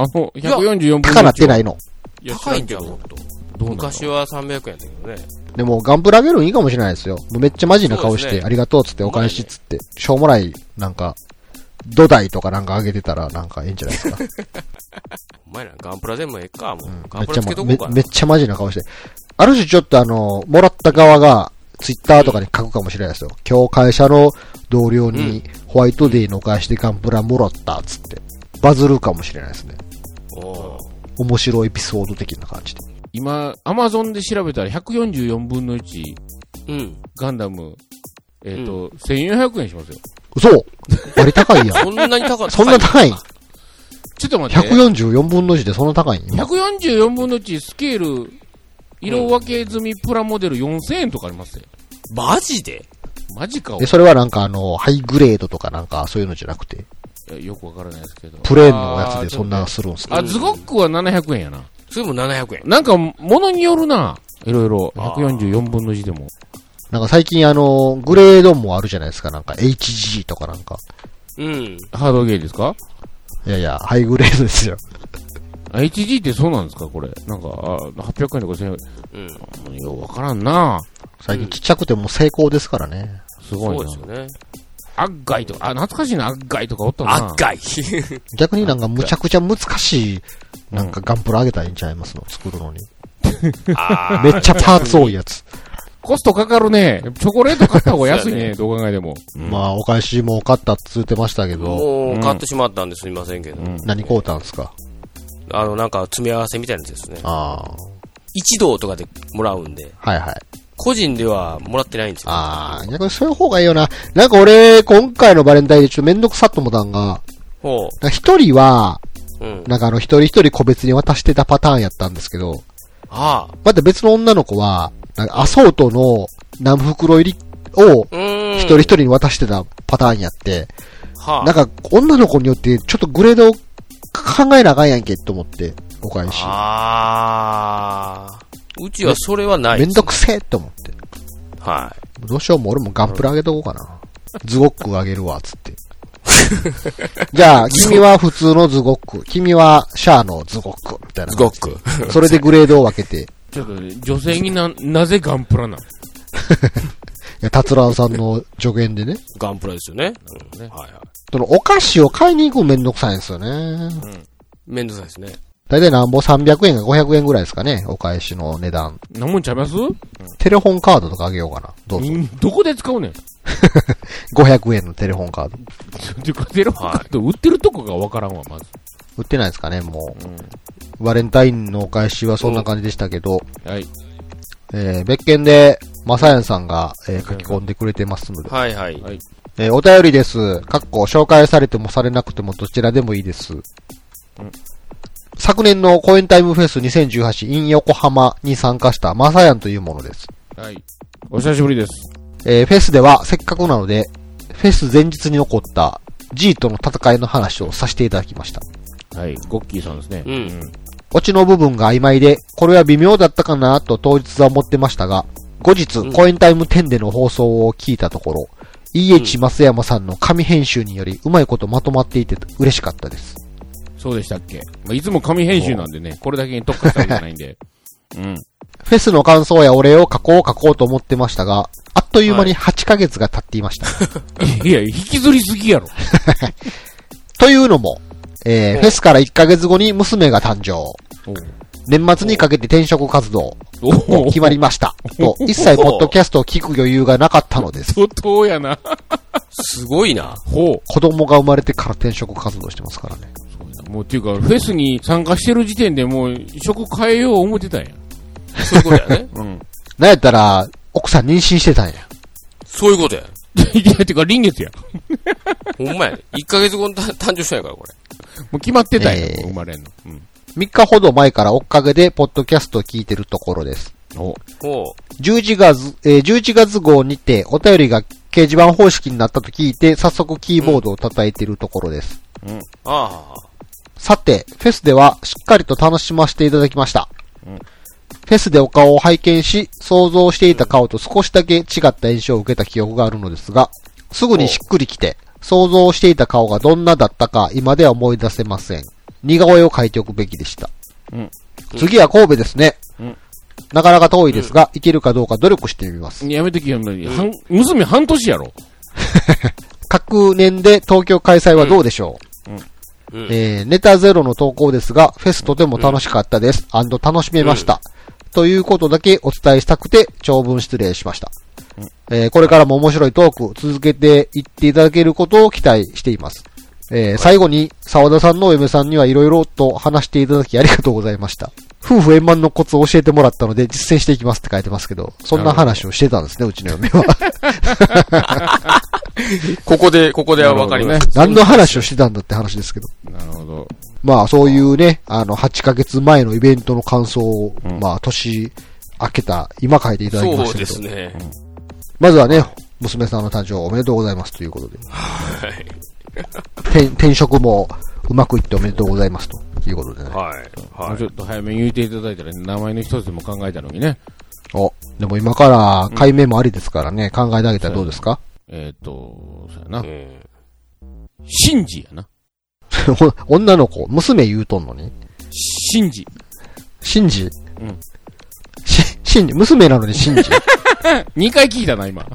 B: ？144分の1。
C: 高なってないの？
A: いや、高いんちゃうの昔は300円やったけどね。
C: でも、ガンプラあげるのいいかもしれないですよ。めっちゃマジな顔して、ありがとうっつってお返しっつって、しょうもない、なんか、土台とかなんかあげてたらなんかいいんじゃないですか。
A: お前らガンプラでもええか、もう。ガンプラつけとこうかな。
C: めっちゃマジな顔して。ある種ちょっともらった側が、ツイッターとかに書くかもしれないですよ。今日会社の同僚にホワイトデーのお返しでガンプラもらったっつって。バズるかもしれないですね。面白いエピソード的な感じで。
B: 今、アマゾンで調べたら144分の1、ガンダム、1400円しますよ。
C: 嘘あれ高いやん。
A: そんなに高い
C: そんな高い
B: ちょっと待って。
C: 144分の1でそんな高いん
B: 144分の1スケール、色分け済みプラモデル4000円とかありますよ。
A: マジで
B: マジか。
C: それはなんかハイグレードとかなんかそういうのじゃなくて。
B: よくわからないですけど。
C: プレーンのやつでそんなするんすか？
B: ズゴックは700円やな。
A: それも700円。
B: なんか、ものによるな。いろいろ。144分の1でも。
C: なんか最近グレードもあるじゃないですか。なんか HG とかなんか。
B: ハードゲーですか？
C: いやいや、ハイグレードですよ。
B: HG ってそうなんですかこれ。なんか、800円とか1000円。ようわからんな。
C: 最近ちっちゃくても成功ですからね。
B: すごいな。
A: そうですよね。
B: アッガイとか、懐かしいな、アッガイとかおったな。
A: アッガイ
C: 逆になんかむちゃくちゃ難しい、なんかガンプラあげたらいいんちゃいますの作るのに。めっちゃパーツ多いやつ。
B: コストかかるね。チョコレート買った方が安いね、どう考えても。
C: まあ、お返しも買ったって言ってましたけど。
A: もう買ってしまったんですいませんけど。
C: 何買うたんすか？
A: なんか詰め合わせみたいなやつですね。
C: ああ。
A: 一同とかでもらうんで。
C: はいはい。
A: 個人ではもらってないんですよ。
C: ああ、逆にそういう方がいいよな。なんか俺、今回のバレンタインでちょっとめんどくさっと思ったんが、一人は、なんか一人一人個別に渡してたパターンやったんですけど、また別の女の子は、なんかアソートの何袋入りを一人一人に渡してたパターンやって、なんか女の子によってちょっとグレード考えなあかんやんけと思って、お返し。
A: うちはそれはない、
C: めんどくせえって思って。
A: はい。
C: どうしようも俺もガンプラあげとこうかな。ズゴックあげるわ、つって。じゃあ、君は普通のズゴック、君はシャアのズゴック、みたいな。
A: ズゴック。
C: それでグレードを分けて。
B: ちょっとね、女性になぜガンプラなの？い
C: や、達郎さんの助言でね。
A: ガンプラですよね。
B: はい
A: はい。
C: そのお菓子を買いに行くのめんどくさいんですよね。
A: めんどくさいですね。
C: だいたいなんぼ300円か500円ぐらいですかね、お返しの値段。
B: 何もんちゃいます？
C: テレホンカードとかあげようかな。どうぞ。
B: どこで使うねん。
C: 500円のテレホンカード。
B: テレホンカード売ってるとこがわからんわ、まず。
C: 売ってないですかね、もう。バレンタインのお返しはそんな感じでしたけど。
B: はい。
C: 別件で、まさやんさんが、書き込んでくれてますので。
A: はいはい。
C: お便りです。紹介されてもされなくてもどちらでもいいです。昨年のコエンタイムフェス2018 in 横浜に参加したマサヤンというものです。
B: はい。お久しぶりです。
C: フェスではせっかくなので、フェス前日に起こった G との戦いの話をさせていただきました。
B: はい。ゴッキーさんですね。
C: オチの部分が曖昧で、これは微妙だったかなと当日は思ってましたが、後日、コエンタイム10での放送を聞いたところ、EH 増山さんの紙編集によりうまいことまとまっていて嬉しかったです。
B: そうでしたっけ？まあ、いつも紙編集なんでね、これだけに特化したわけじゃないんで。
C: フェスの感想やお礼を書こうと思ってましたが、あっという間に8ヶ月が経っていました。
B: いや、引きずりすぎやろ。
C: というのも、フェスから1ヶ月後に娘が誕生。年末にかけて転職活動も決まりました。と、一切ポッドキャストを聞く余裕がなかったのです。
B: 相当やな。
A: すごいな。
C: 子供が生まれてから転職活動してますからね。
B: もうっていうか、フェスに参加してる時点でもう職変えよう思ってたんや。
A: そういうことやね。
C: なんやったら、奥さん妊娠してたんや。
A: そういうことや。
B: いや、てか臨月や。
A: ほんまやね。1ヶ月後に誕生したんやから、これ。
B: もう決まってたんや、生まれんの。
C: 3日ほど前から追っかけで、ポッドキャストを聞いてるところです。11月号にて、お便りが掲示板方式になったと聞いて、早速キーボードを叩いてるところです。さて、フェスではしっかりと楽しませていただきました。フェスでお顔を拝見し、想像していた顔と少しだけ違った印象を受けた記憶があるのですが、すぐにしっくりきて、想像していた顔がどんなだったか今では思い出せません。似顔絵を描いておくべきでした。次は神戸ですね。なかなか遠いですが、行けるかどうか努力してみます。
B: やめときやめとき。娘半年やろ。
C: 各年で東京開催はどうでしょう？ネタゼロの投稿ですが、フェスとても楽しかったです。楽しめました。ということだけお伝えしたくて、長文失礼しました。これからも面白いトーク続けていっていただけることを期待しています。最後に、沢田さんのお嫁さんにはいろいろと話していただきありがとうございました。夫婦円満のコツを教えてもらったので実践していきますって書いてますけど、そんな話をしてたんですね、うちの嫁は。
A: ここではわかります。
C: 何の話をしてたんだって話ですけど。
B: なるほど。
C: まあ、そういうね、8ヶ月前のイベントの感想を、まあ、年明けた、今書いていただきましたけど。
A: そうですね。
C: まずはね、娘さんの誕生おめでとうございますということで。
A: はい。
C: 転職もうまくいっておめでとうございますということでね。
A: はい。
B: もうちょっと早めに言っていただいたら、名前の一つでも考えたのにね。
C: でも今から解明もありですからね、考えてあげたらどうですか？
B: そうやな。シンジやな。
C: 女の子、娘言うとんのに
B: シンジ。
C: シンジ？シンジ、娘なのにシンジ
B: 2回聞いたな、今。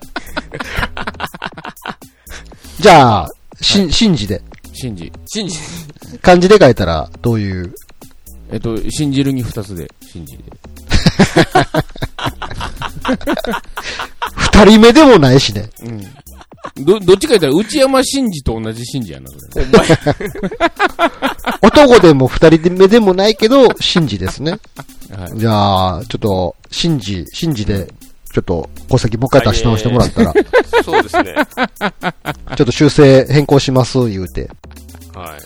C: じゃあ、シンジで。
B: シンジ。
C: 漢字で書いたら、どういう
B: 信じるに2つで、シンジで。
C: 2人目でもないしね。
B: どっちか言ったら、内山真二と同じ真二やな、それ。
C: 男でも二人目でもないけど、シンジですね。
B: はい、
C: じゃあ、ちょっと、シンジで、ちょっと、戸籍もう一回出し直してもらったら。
A: そうですね。
C: ちょっと修正変更します、言うて。
A: はい。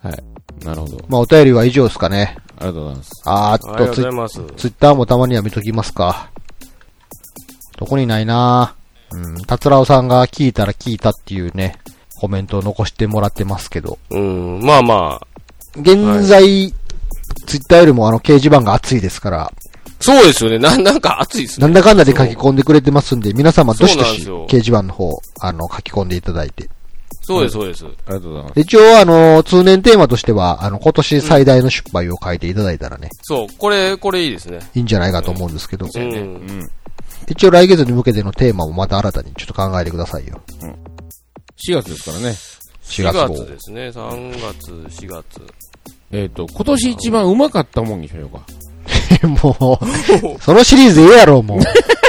B: はい。なるほど。
C: まあ、お便りは以上ですかね。
B: ありがとうございます。
A: ありがとうございます。
C: ツイッターもたまには見ときますか。どこにないなぁ。達郎さんが聞いたら聞いたっていうね、コメントを残してもらってますけど。
A: まあまあ。
C: 現在、はい、ツイッターよりも掲示板が熱いですから。
A: そうですよね。なんか熱いですね。
C: なんだかんだで書き込んでくれてますんで、皆様どしどし掲示板の方、書き込んでいただいて。
A: そうです、そうです。
B: ありがとうございます。
C: 一応、通年テーマとしては、今年最大の失敗を書いていただいたらね。
A: そう、これいいですね。
C: いいんじゃないかと思うんですけど。
B: 一
C: 応来月に向けてのテーマもまた新たにちょっと考えてくださいよ。
B: 4月ですからね。
A: 4月ですね。3月、4月。
B: 今年一番うまかったもんにしようか。
C: もう、そのシリーズええやろ、もう。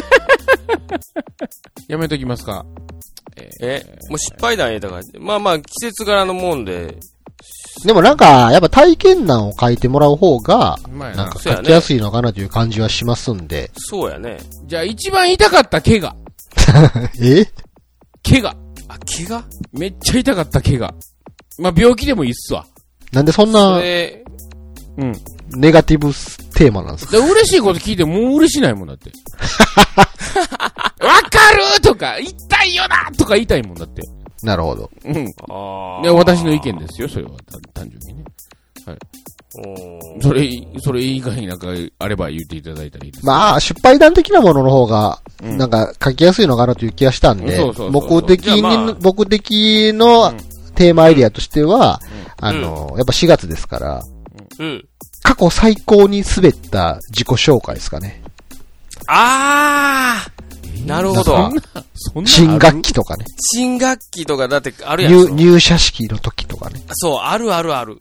B: やめときますか。
A: もう失敗談だから。まあまあ、季節柄のもんで。
C: でもなんか、やっぱ体験談を書いてもらう方が、なんか書きやすいのかなという感じはしますんで。
A: そうやね。
B: じゃあ一番痛かった怪我。怪我。
A: あ、怪我？
B: めっちゃ痛かった怪我。まあ病気でもいいっすわ。
C: なんでそんな、ネガティブテーマなんですか？
B: 嬉しいこと聞いてもう嬉しないもんだって。わかるとか、痛いよなとか言いたいもんだって。
C: なるほど。
B: で私の意見ですよ、それは。単純にね。はい。それ以外になんかあれば言っていただいたらいいです。
C: まあ、失敗談的なものの方が、なんか書きやすいのかなという気がしたんで、僕的のテーマアイディアとしては、やっぱ4月ですから、過去最高に滑った自己紹介ですかね。
A: なるほど。
C: 新学期とかね。
A: 新学期とかだってあるやん。
C: 入社式の時とかね。
A: そう、ある。
B: 滑った。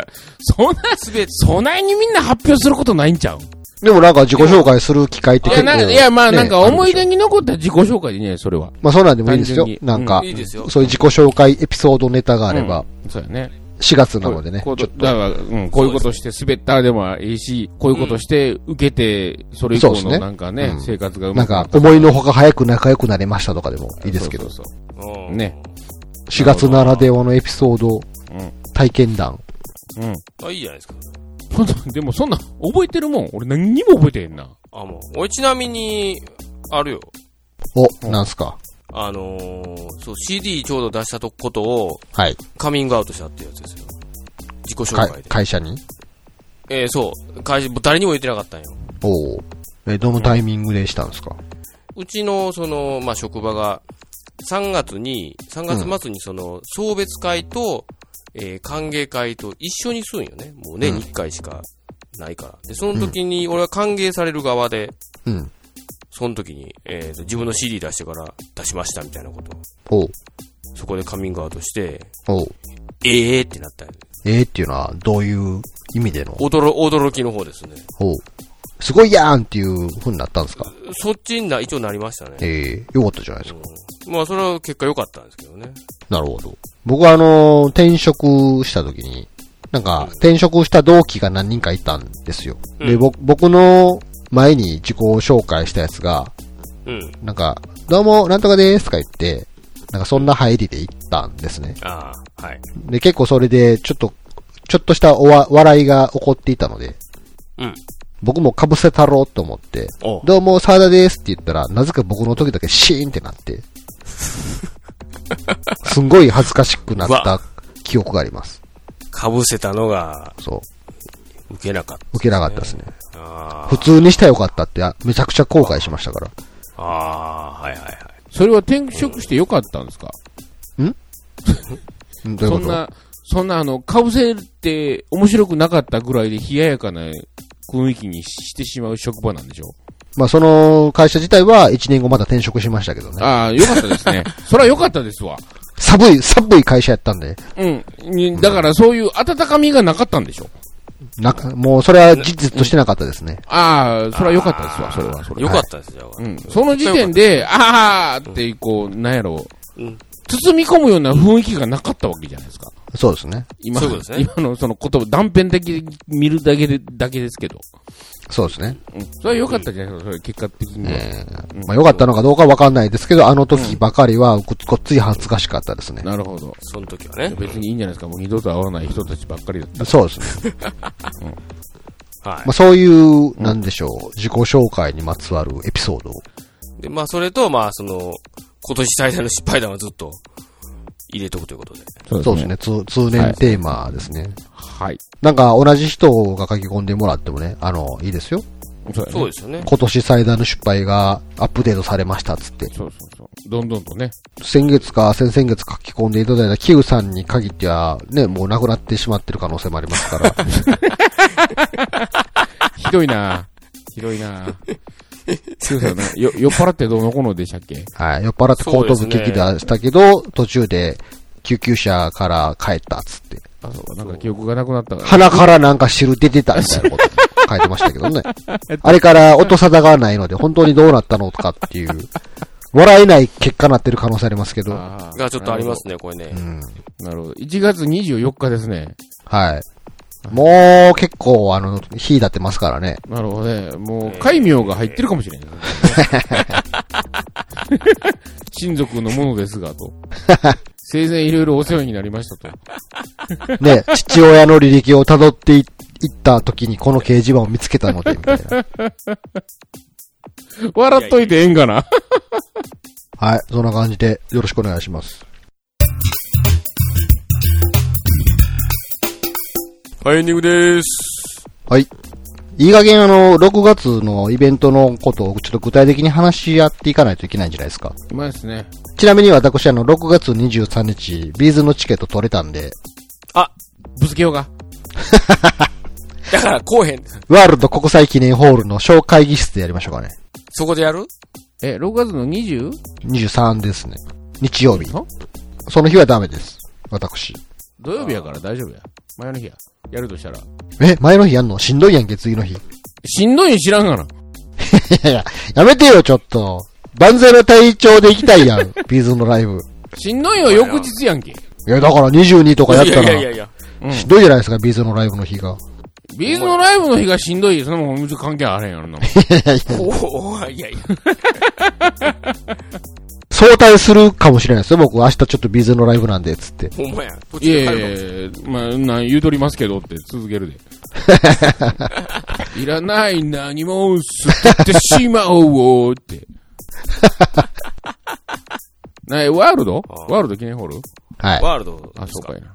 B: そんなにみんな発表することないんちゃう？
C: でもなんか自己紹介する機会って結構、
B: いや、まあなんか思い出に残った自己紹介でね、それは。
C: まあそうなんでもいいですよ。なんか、そういう自己紹介エピソードネタがあれば。
B: そうやね。
C: 4月なのでね。
B: だから、こういうことして滑ったでもいいし、こういうことして受けて、それ以降のなんかね、生活がうまくなった。
C: なんか、思いのほか早く仲良くなれましたとかでもいいですけど。
B: ね。
C: 4月ならではのエピソード、体験談。
A: いいじゃないですか。
B: でもそんな、覚えてるもん。俺何にも覚えてへんな。
A: もう。俺ちなみに、あるよ。
C: なんすか。
A: そう、CD ちょうど出したことを、
C: はい。
A: カミングアウトしたってやつですよ。自己紹介で。
C: 会社に？
A: そう。誰にも言ってなかったんよ。
C: どのタイミングでしたんですか？
A: うちの、まあ、職場が、3月末に送別会と、歓迎会と一緒にするんよね。もう年に1回しかないから。で、その時に、俺は歓迎される側で、その時に、自分の CD 出してから出しましたみたいなことを。そこでカミングアウトして、ってなったんよ。
C: っていうのは、どういう意味での？
A: 驚きの方ですね。
C: すごいやんっていう風になったんですか？
A: そっちに一応なりましたね。
C: よかったじゃないですか。
A: まあ、それは結果良かったんですけどね。
C: なるほど。僕は転職した時に、なんか、転職した同期が何人かいたんですよ。で、僕の前に自己紹介したやつが、なんか、どうも、なんとかでーすとか言って、なんかそんな入りで行ったんですね。
A: はい。
C: で、結構それで、ちょっとした笑いが起こっていたので、僕も被せたろうと思って、どうも、沢田ですって言ったら、なぜか僕の時だけシーンってなって、すんごい恥ずかしくなった記憶があります。
A: 被せたのが、受けなかった、
C: 受けなかったですね。普通にしたらよかったって、めちゃくちゃ後悔しましたから。
A: はい。
B: それは転職してよかったんですか？
C: どういうこと？
B: そんな被せって面白くなかったぐらいで冷ややかな雰囲気にしてしまう職場なんでしょ？
C: まあその会社自体は1年後また転職しましたけどね。
B: よかったですね。それはよかったですわ。
C: 寒い会社やったんで。
B: だからそういう温かみがなかったんでしょ？
C: もうそれは事実としてなかったですね。
B: それは良かったですわ、それは。
A: 良かったですよ。
B: その時点で、って、なんやろ、包み込むような雰囲気がなかったわけじゃないですか。
C: そうですね。
B: 今、
A: そういうことですね。
B: 今のその言葉、断片的に見るだけですけど。
C: そうですね。
B: うん。それは良かったじゃないですか、それ結果的には。
C: まあ良かったのかどうかわかんないですけど、あの時ばかりはごっつい恥ずかしかったですね。
B: なるほど。
A: その時はね。
B: 別にいいんじゃないですか、もう二度と会わない人たちばっかりだった。
C: そうですね。
A: はい。
C: まあそういう、なんでしょう、自己紹介にまつわるエピソードを。
A: で、まあそれと、まあその、今年最大の失敗談はずっと入れとくということで。
C: そうですね。通年テーマですね。
B: はい。
C: なんか同じ人が書き込んでもらってもね、いいですよ。
A: そうですよね。
C: 今年最大の失敗がアップデートされましたっつって。
B: そう。どんどんとね。
C: 先月か先々月書き込んでいただいたキウさんに限っては、ね、もう亡くなってしまってる可能性もありますから。
B: ひどいなキウさんね、酔っ払ってどうのこうのでしたっけ？
C: はい。酔っ払って後頭部激出したけど、途中で救急車から帰ったっつって。
B: あ、そう、なんか記憶がなくなったから。
C: 鼻からなんか汁出てたみたいなこと書いてましたけどね。あれから音沙汰がないので、本当にどうなったのとかっていう、笑えない結果になってる可能性ありますけど。
A: がちょっとありますね、これね。
C: うん。
B: なるほど。1月24日ですね。
C: はい。もう結構火立ってますからね。
B: なるほどね。もう、戒名が入ってるかもしれない。親族のものですが、と。生前いろいろお世話になりましたと。
C: ね、父親の履歴を辿っていった時にこの掲示板を見つけたので、みたいな。
B: 笑っといてええんかな。
C: はい、そんな感じでよろしくお願いします。
A: はい、エンディングでーす。
C: はい。いい加減6月のイベントのことをちょっと具体的に話し合っていかないといけないんじゃないですか。
B: うまいですね。
C: ちなみに私6月23日、ビーズのチケット取れたんで。
A: あ、
B: ぶつけようか。
A: だから、こうへん。
C: ワールド国際記念ホールの小会議室でやりましょうかね。
A: そこでやる
B: 6月の 20？
C: 23ですね。日曜日。その日はダメです。私。
B: 土曜日やから大丈夫や。前の日や。やるとしたら。
C: 前の日やんのしんどいやんけ、次の日。
B: しんどいに知らんがな。い
C: や、やめてよ、ちょっと。万全の体調で行きたいやん、ビーズのライブ。
B: しんどいよ、翌日やんけ。
C: いや、だから22とかやったら、
A: いや、
C: しんどいじゃないですか、ビーズのライブの日が。
B: ビーズのライブの日がしんどいよ、そんなもん、関係あれへんやろな。
A: いや。
C: 早退するかもしれないですよ、僕。明日ちょっとビーズのライブなんで、つって。
A: ほんまや。
B: いや、まあ、言うとりますけどって続けるで。いらない何も捨ててしまおうって。ワールド記念ホール
C: はい。
A: ワールド。
B: あ、そうかいな。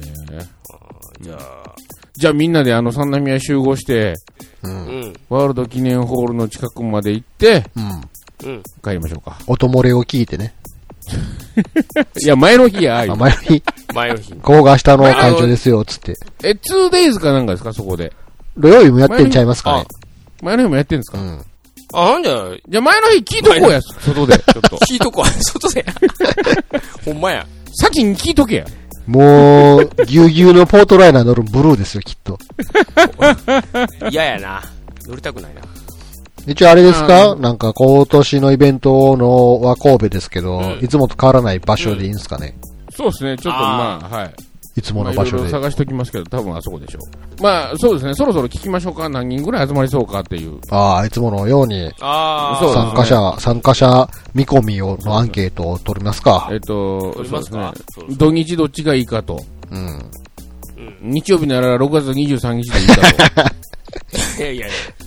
B: じゃあみんなで三宮集合して、ワールド記念ホールの近くまで行って、帰りましょうか。
C: 音漏れを聞いてね。
B: いや、前の日や。
C: 前の日。
A: 前の日。
C: ここが明日の会場ですよ、つって。
B: 2days かなんかですか、そこで。
C: 土曜日もやってんちゃいますかね。
B: 前の日もやってんですか？
A: なんじゃない？
B: じゃあ前の日聞いとこうや、外で。ちょっと。
A: 聞いとこう、外で。ほんまや。
B: 先に聞いとけや。
C: もう、ぎゅうぎゅうのポートライナー乗るブルーですよ、きっと。
A: 嫌やな。乗りたくないな。
C: 一応あれですか？なんか今年のイベントのは神戸ですけど、いつもと変わらない場所でいいんですかね？
B: そうですね、ちょっとまあ、はい。
C: いつもの場所で。
B: いろいろ探しときますけど、多分あそこでしょう。まあ、そうですね、そろそろ聞きましょうか。何人ぐらい集まりそうかっていう。
C: いつものように、参加者見込みのアンケートを取りますか。
B: そうですね。土日どっちがいいかと。日曜日なら6月23日でいいかと。
A: いや。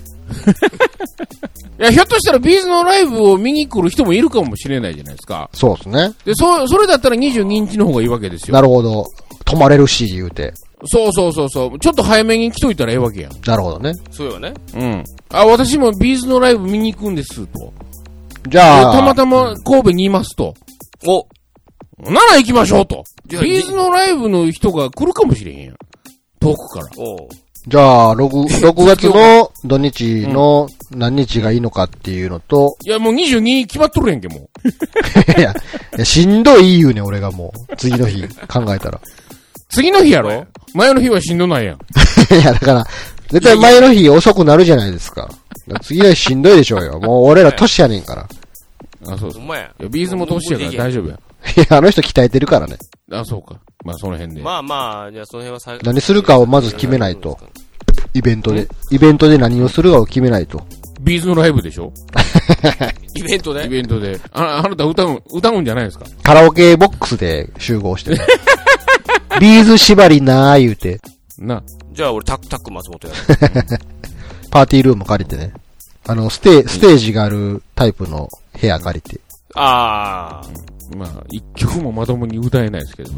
B: いや、ひょっとしたらビーズのライブを見に来る人もいるかもしれないじゃないですか。
C: そうですね。
B: で、それだったら22日の方がいいわけですよ。
C: なるほど。泊まれるし、言うて。
B: そう。ちょっと早めに来といたらええわけやん。
C: なるほどね。
A: そうよね。
B: 私もビーズのライブ見に行くんです、と。
C: じゃあ。
B: たまたま神戸にいますと。なら行きましょうと。ビーズのライブの人が来るかもしれへんやん。遠くから。
C: じゃあ、6月の土日の何日がいいのかっていうのと。
B: いや、もう22決まっとるやんけ、も
C: う。いや、しんどい言うね、俺がもう。次の日考えたら。
B: 次の日やろ？前の日はしんどないやん。
C: いや、だから、絶対前の日遅くなるじゃないですか。次の日しんどいでしょうよ。もう俺ら年やねんから。
B: あ、そうそう。
A: ほんまや。
B: ビーズも年やから大丈夫や。
C: いや、あの人鍛えてるからね。
B: あ、そうか。 まあその辺で。
A: まあまあ、じゃあその辺は最後。
C: 何するかをまず決めないと。イベントで何をするかを決めないと。
B: ビーズのライブでしょ
A: イベントで
B: イベントで。あなた歌うんじゃないですか？
C: カラオケボックスで集合して。ビーズ縛りなー言うて。
B: な。
A: じゃあ俺タック松本やる。
C: パーティールーム借りてね。ステージがあるタイプの部屋借りて。
A: ああ。
B: まあ、一曲もまともに歌えないですけど。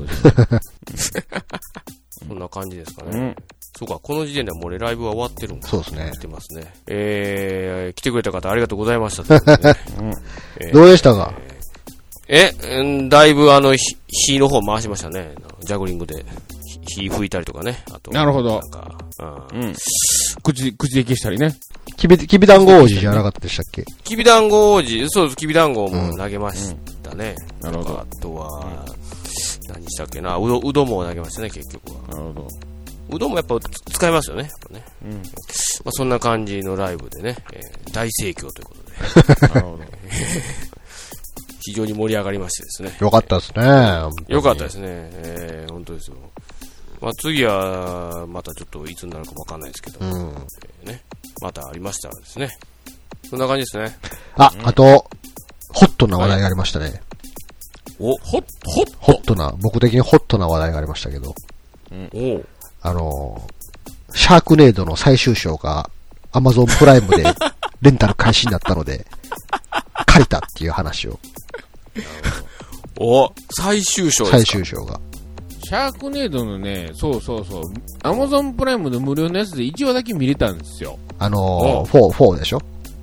A: そんな感じですかね。そうか、この時点ではもうライブは終わってるんか。
C: そうですね。
A: 来てますね。来てくれた方ありがとうございました、ね。
C: どうでしたか？
A: だいぶ火の方回しましたね。ジャグリングで。火吹いたりとかね。あと。
B: なるほど。
A: なんか、
B: 口で消したりね。
C: きびだんご王子じゃなかったでしたっけ？
A: きびだんご王子、そうです、きびだんごも投げましたね。
B: なるほど。
A: あとは、何したっけな、うどんも投げましたね、結局は。
B: なるほど。
A: うどんもやっぱ使いますよね、やっぱね。まあ、そんな感じのライブでね、大盛況ということで。なるほど。非常に盛り上がりましてですね。
C: よかったですね。
A: よかったですね。本当ですよ。まあ、次は、またちょっといつになるかわかんないですけど、ね。またありましたらですね。そんな感じですね。
C: あと、ホットな話題がありましたね。
A: ホッ
C: トな、僕的にホットな話題がありましたけど。シャークネードの最終章が Amazon プライムでレンタル開始になったので、借りたっていう話を。
A: 最終章ですか？
C: 最終章が。
B: シャークネードのね、そう。Amazon プライムで無料のやつで1話だけ見れたんですよ。
C: 4でしょ？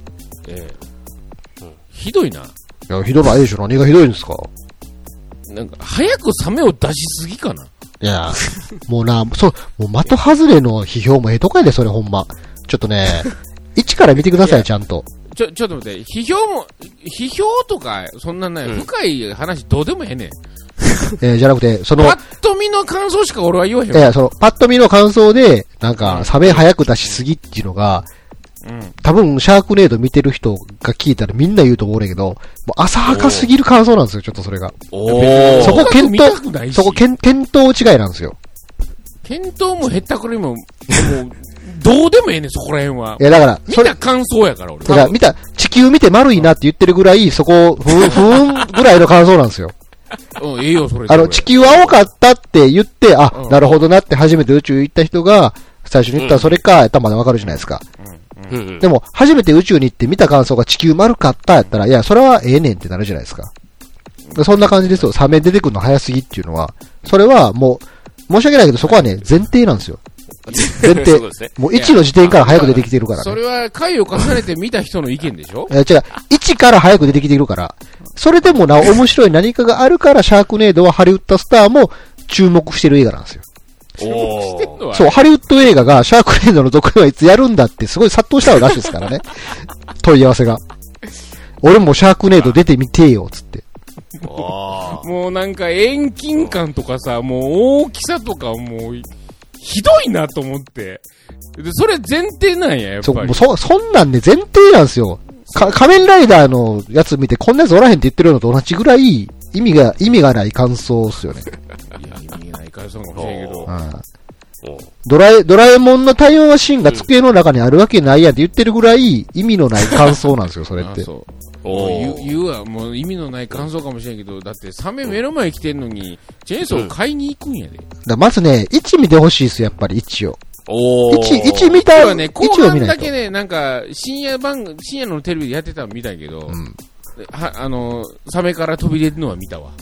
B: ひどいな。
C: いや、ひどないでしょ。何がひどいんですか？
B: なんか、早くサメを出しすぎかな。
C: いや、もうな、もう的外れの批評もとかやで、それほんま。ちょっとね、一から見てください、ちゃんと。
B: ちょっと待って、批評とか、そんなね、深い話どうでもええねん。
C: じゃなくて、
B: パッと見の感想しか俺は言わへんわ。
C: いや、パッと見の感想で、なんか、サメ早く出しすぎっていうのが、多分、シャークネード見てる人が聞いたらみんな言うと思うねんけど、もう浅はかすぎる感想なんですよ、ちょっとそれが。そこ見当違いなんですよ。
B: 見当もへったくれも、どうでもええねん、そこら辺は。
C: いや、だから、
B: 見た感想やから、俺。
C: だから、地球見て丸いなって言ってるぐらい、そこ、ふーんぐらいの感想なんですよ。
B: ええよ、それ。
C: 地球青かったって言って、なるほどなって初めて宇宙行った人が、最初に言ったらそれか、やったらまだわかるじゃないですか。でも、初めて宇宙に行って見た感想が地球丸かったやったら、いや、それはええねんってなるじゃないですか。そんな感じですよ。サメ出てくるの早すぎっていうのは、それはもう、申し訳ないけど、そこはね、前提なんですよ。前提。もう1の時点から早く出てきてるからね。
B: それは回を重ねて見た人の意見でしょ？
C: 違う。1から早く出てきてるから。それでもな、面白い何かがあるから、シャークネードはハリウッドスターも注目してる映画なんですよ。そう、ハリウッド映画がシャークネードの続編はいつやるんだってすごい殺到したらしいですからね。問い合わせが。俺もシャークネード出てみてよ、つって。
B: もうなんか遠近感とかさ、もう大きさとかもう、ひどいなと思って。で、それ前提なんや、やっぱり。
C: そんなんね、前提なんですよ。仮面ライダーのやつ見てこんなやつおらへんって言ってるのと同じぐらい意味がない感想っすよね。
B: いや、意味がない感想かもしれんけど。
C: ドラえもんの対話シーンが机の中にあるわけないやんって言ってるぐらい意味のない感想なんですよ、それって。
B: 言うわ、もう意味のない感想かもしれんけど、だってサメ目の前に来てんのに、チェーンソー買いに行くんやで。
C: まずね、1見てほしいっす、やっぱり1を。1見た
B: らね、後半だけね、なんか、深夜のテレビでやってたの見たんやけど、サメから飛び出るのは見たわ。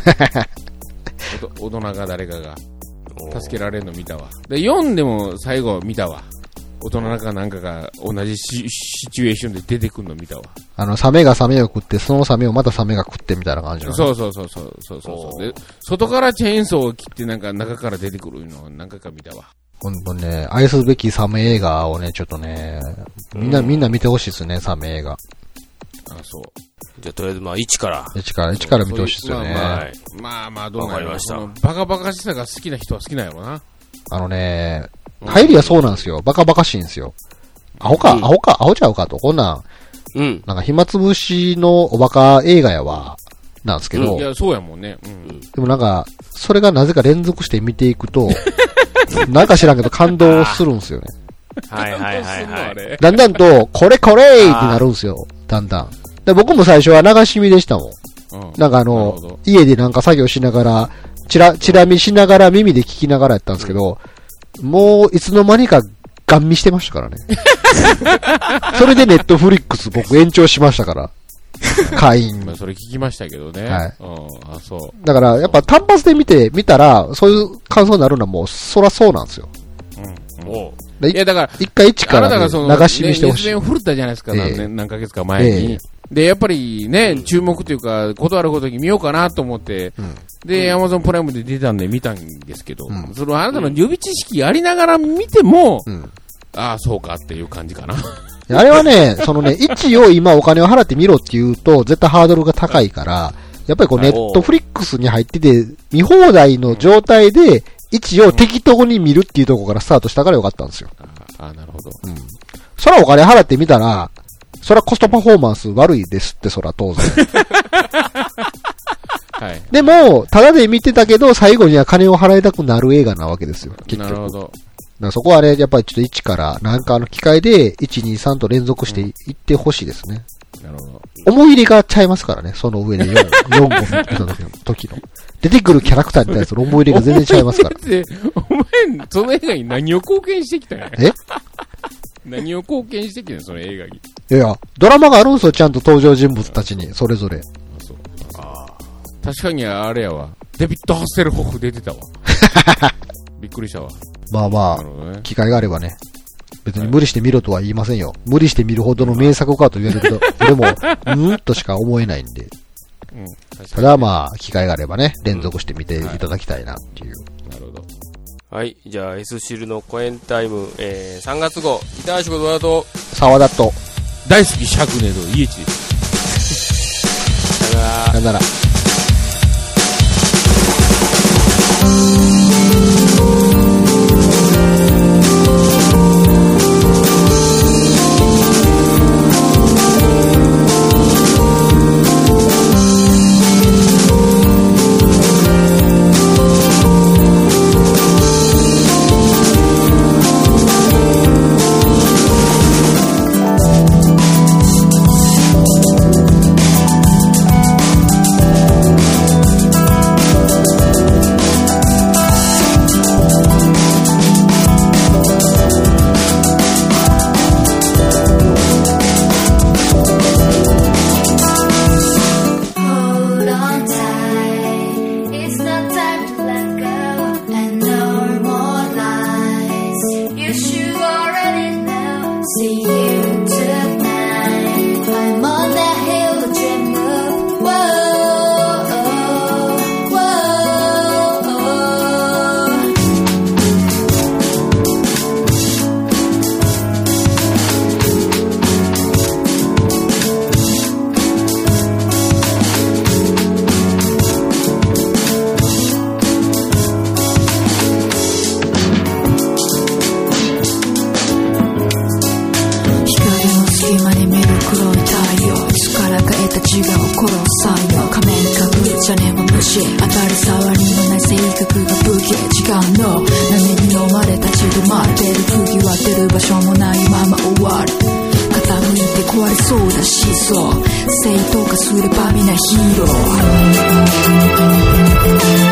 B: 大人が誰かが、助けられるの見たわ。で、4でも最後見たわ。大人かなんかが同じシチュエーションで出てくるの見たわ。
C: サメがサメを食って、そのサメをまたサメが食ってみたいな感じなの。
B: そう。で、外からチェーンソーを切ってなんか中から出てくるのを何回か見たわ。
C: ほんとね、愛すべきサメ映画をね、ちょっとね、みんな見てほしいですね、サメ映画。
B: そう。
A: じゃあ、とりあえず、1から。
C: 1から見てほしいですよね。
B: まあ、どうなりました。
A: わかりま
B: した。バカバカしさが好きな人は好きなんやろな。
C: 入りはそうなんですよ。バカバカしいんですよ。アホちゃうかと。こんなん、なんか暇つぶしのおバカ映画やわ。 なんですけど。
B: いや、そうやもんね。
C: でもなんか、それがなぜか連続して見ていくと、なんか知らんけど感動するんですよね。
A: はいはいはいはい。
C: だんだんと、これってなるんですよ。だんだん。で僕も最初は流し見でしたもん。なんか家でなんか作業しながら、チラ見しながら耳で聞きながらやったんですけど、もういつの間にかガン見してましたからね。それでネットフリックス僕延長しましたから。会員。
B: それ聞きましたけどね。
C: はい。
B: あ、そう。
C: だからやっぱ単発で見たら、そういう感想になるのはもうそらそうなんですよ。
B: いやだから、
C: 一回一から、ね、流し見してほしい。
B: 熱弁振ったじゃないですか、何ヶ月か前に。で、やっぱりね、注目というか、ことあるごとに見ようかなと思って、で、アマゾンプライムで出たんで見たんですけど、そのあなたの予備知識ありながら見ても、ああ、そうかっていう感じかな。
C: あれはね、一を今お金を払って見ろって言うと、絶対ハードルが高いから、やっぱりネットフリックスに入ってて、見放題の状態で、一を適当に見るっていうところからスタートしたからよかったんですよ。
B: なるほど。
C: そらお金払ってみたら、そらコストパフォーマンス悪いですって、そら当然。はい。でも、ただで見てたけど、最後には金を払いたくなる映画なわけですよ。結局。なるほど。だからそこはね、やっぱりちょっと1から、なんか機会で、1、2、3と連続していってほしいですね。なるほど。思い入れがちゃいますからね、その上で4本見た時の。出てくるキャラクターに対する思い入れが全然ちゃいますから。
B: お前、その映画に何を貢献してきたんや。何を貢献してきたんや、その映画に。
C: いや、ドラマがあるんですよ、ちゃんと登場人物たちに、それぞれ。
B: 確かにあれやわ。デビッド・ハッセルホフ出てたわ。びっくりしたわ。
C: まあまあ、機会があればね。別に無理して見ろとは言いませんよ。無理して見るほどの名作かと言われると、俺も、としか思えないんで。ただまあ、機会があればね、連続して見ていただきたいなっていう。
B: なるほど。
A: はい。じゃあ、S シルのコエンタイム、3月号、ギター仕事だと、
C: 沢田と、
B: 大好きシャクネド、イエチです。
C: さよなら。さよなら。正当化すればみんなヒーロー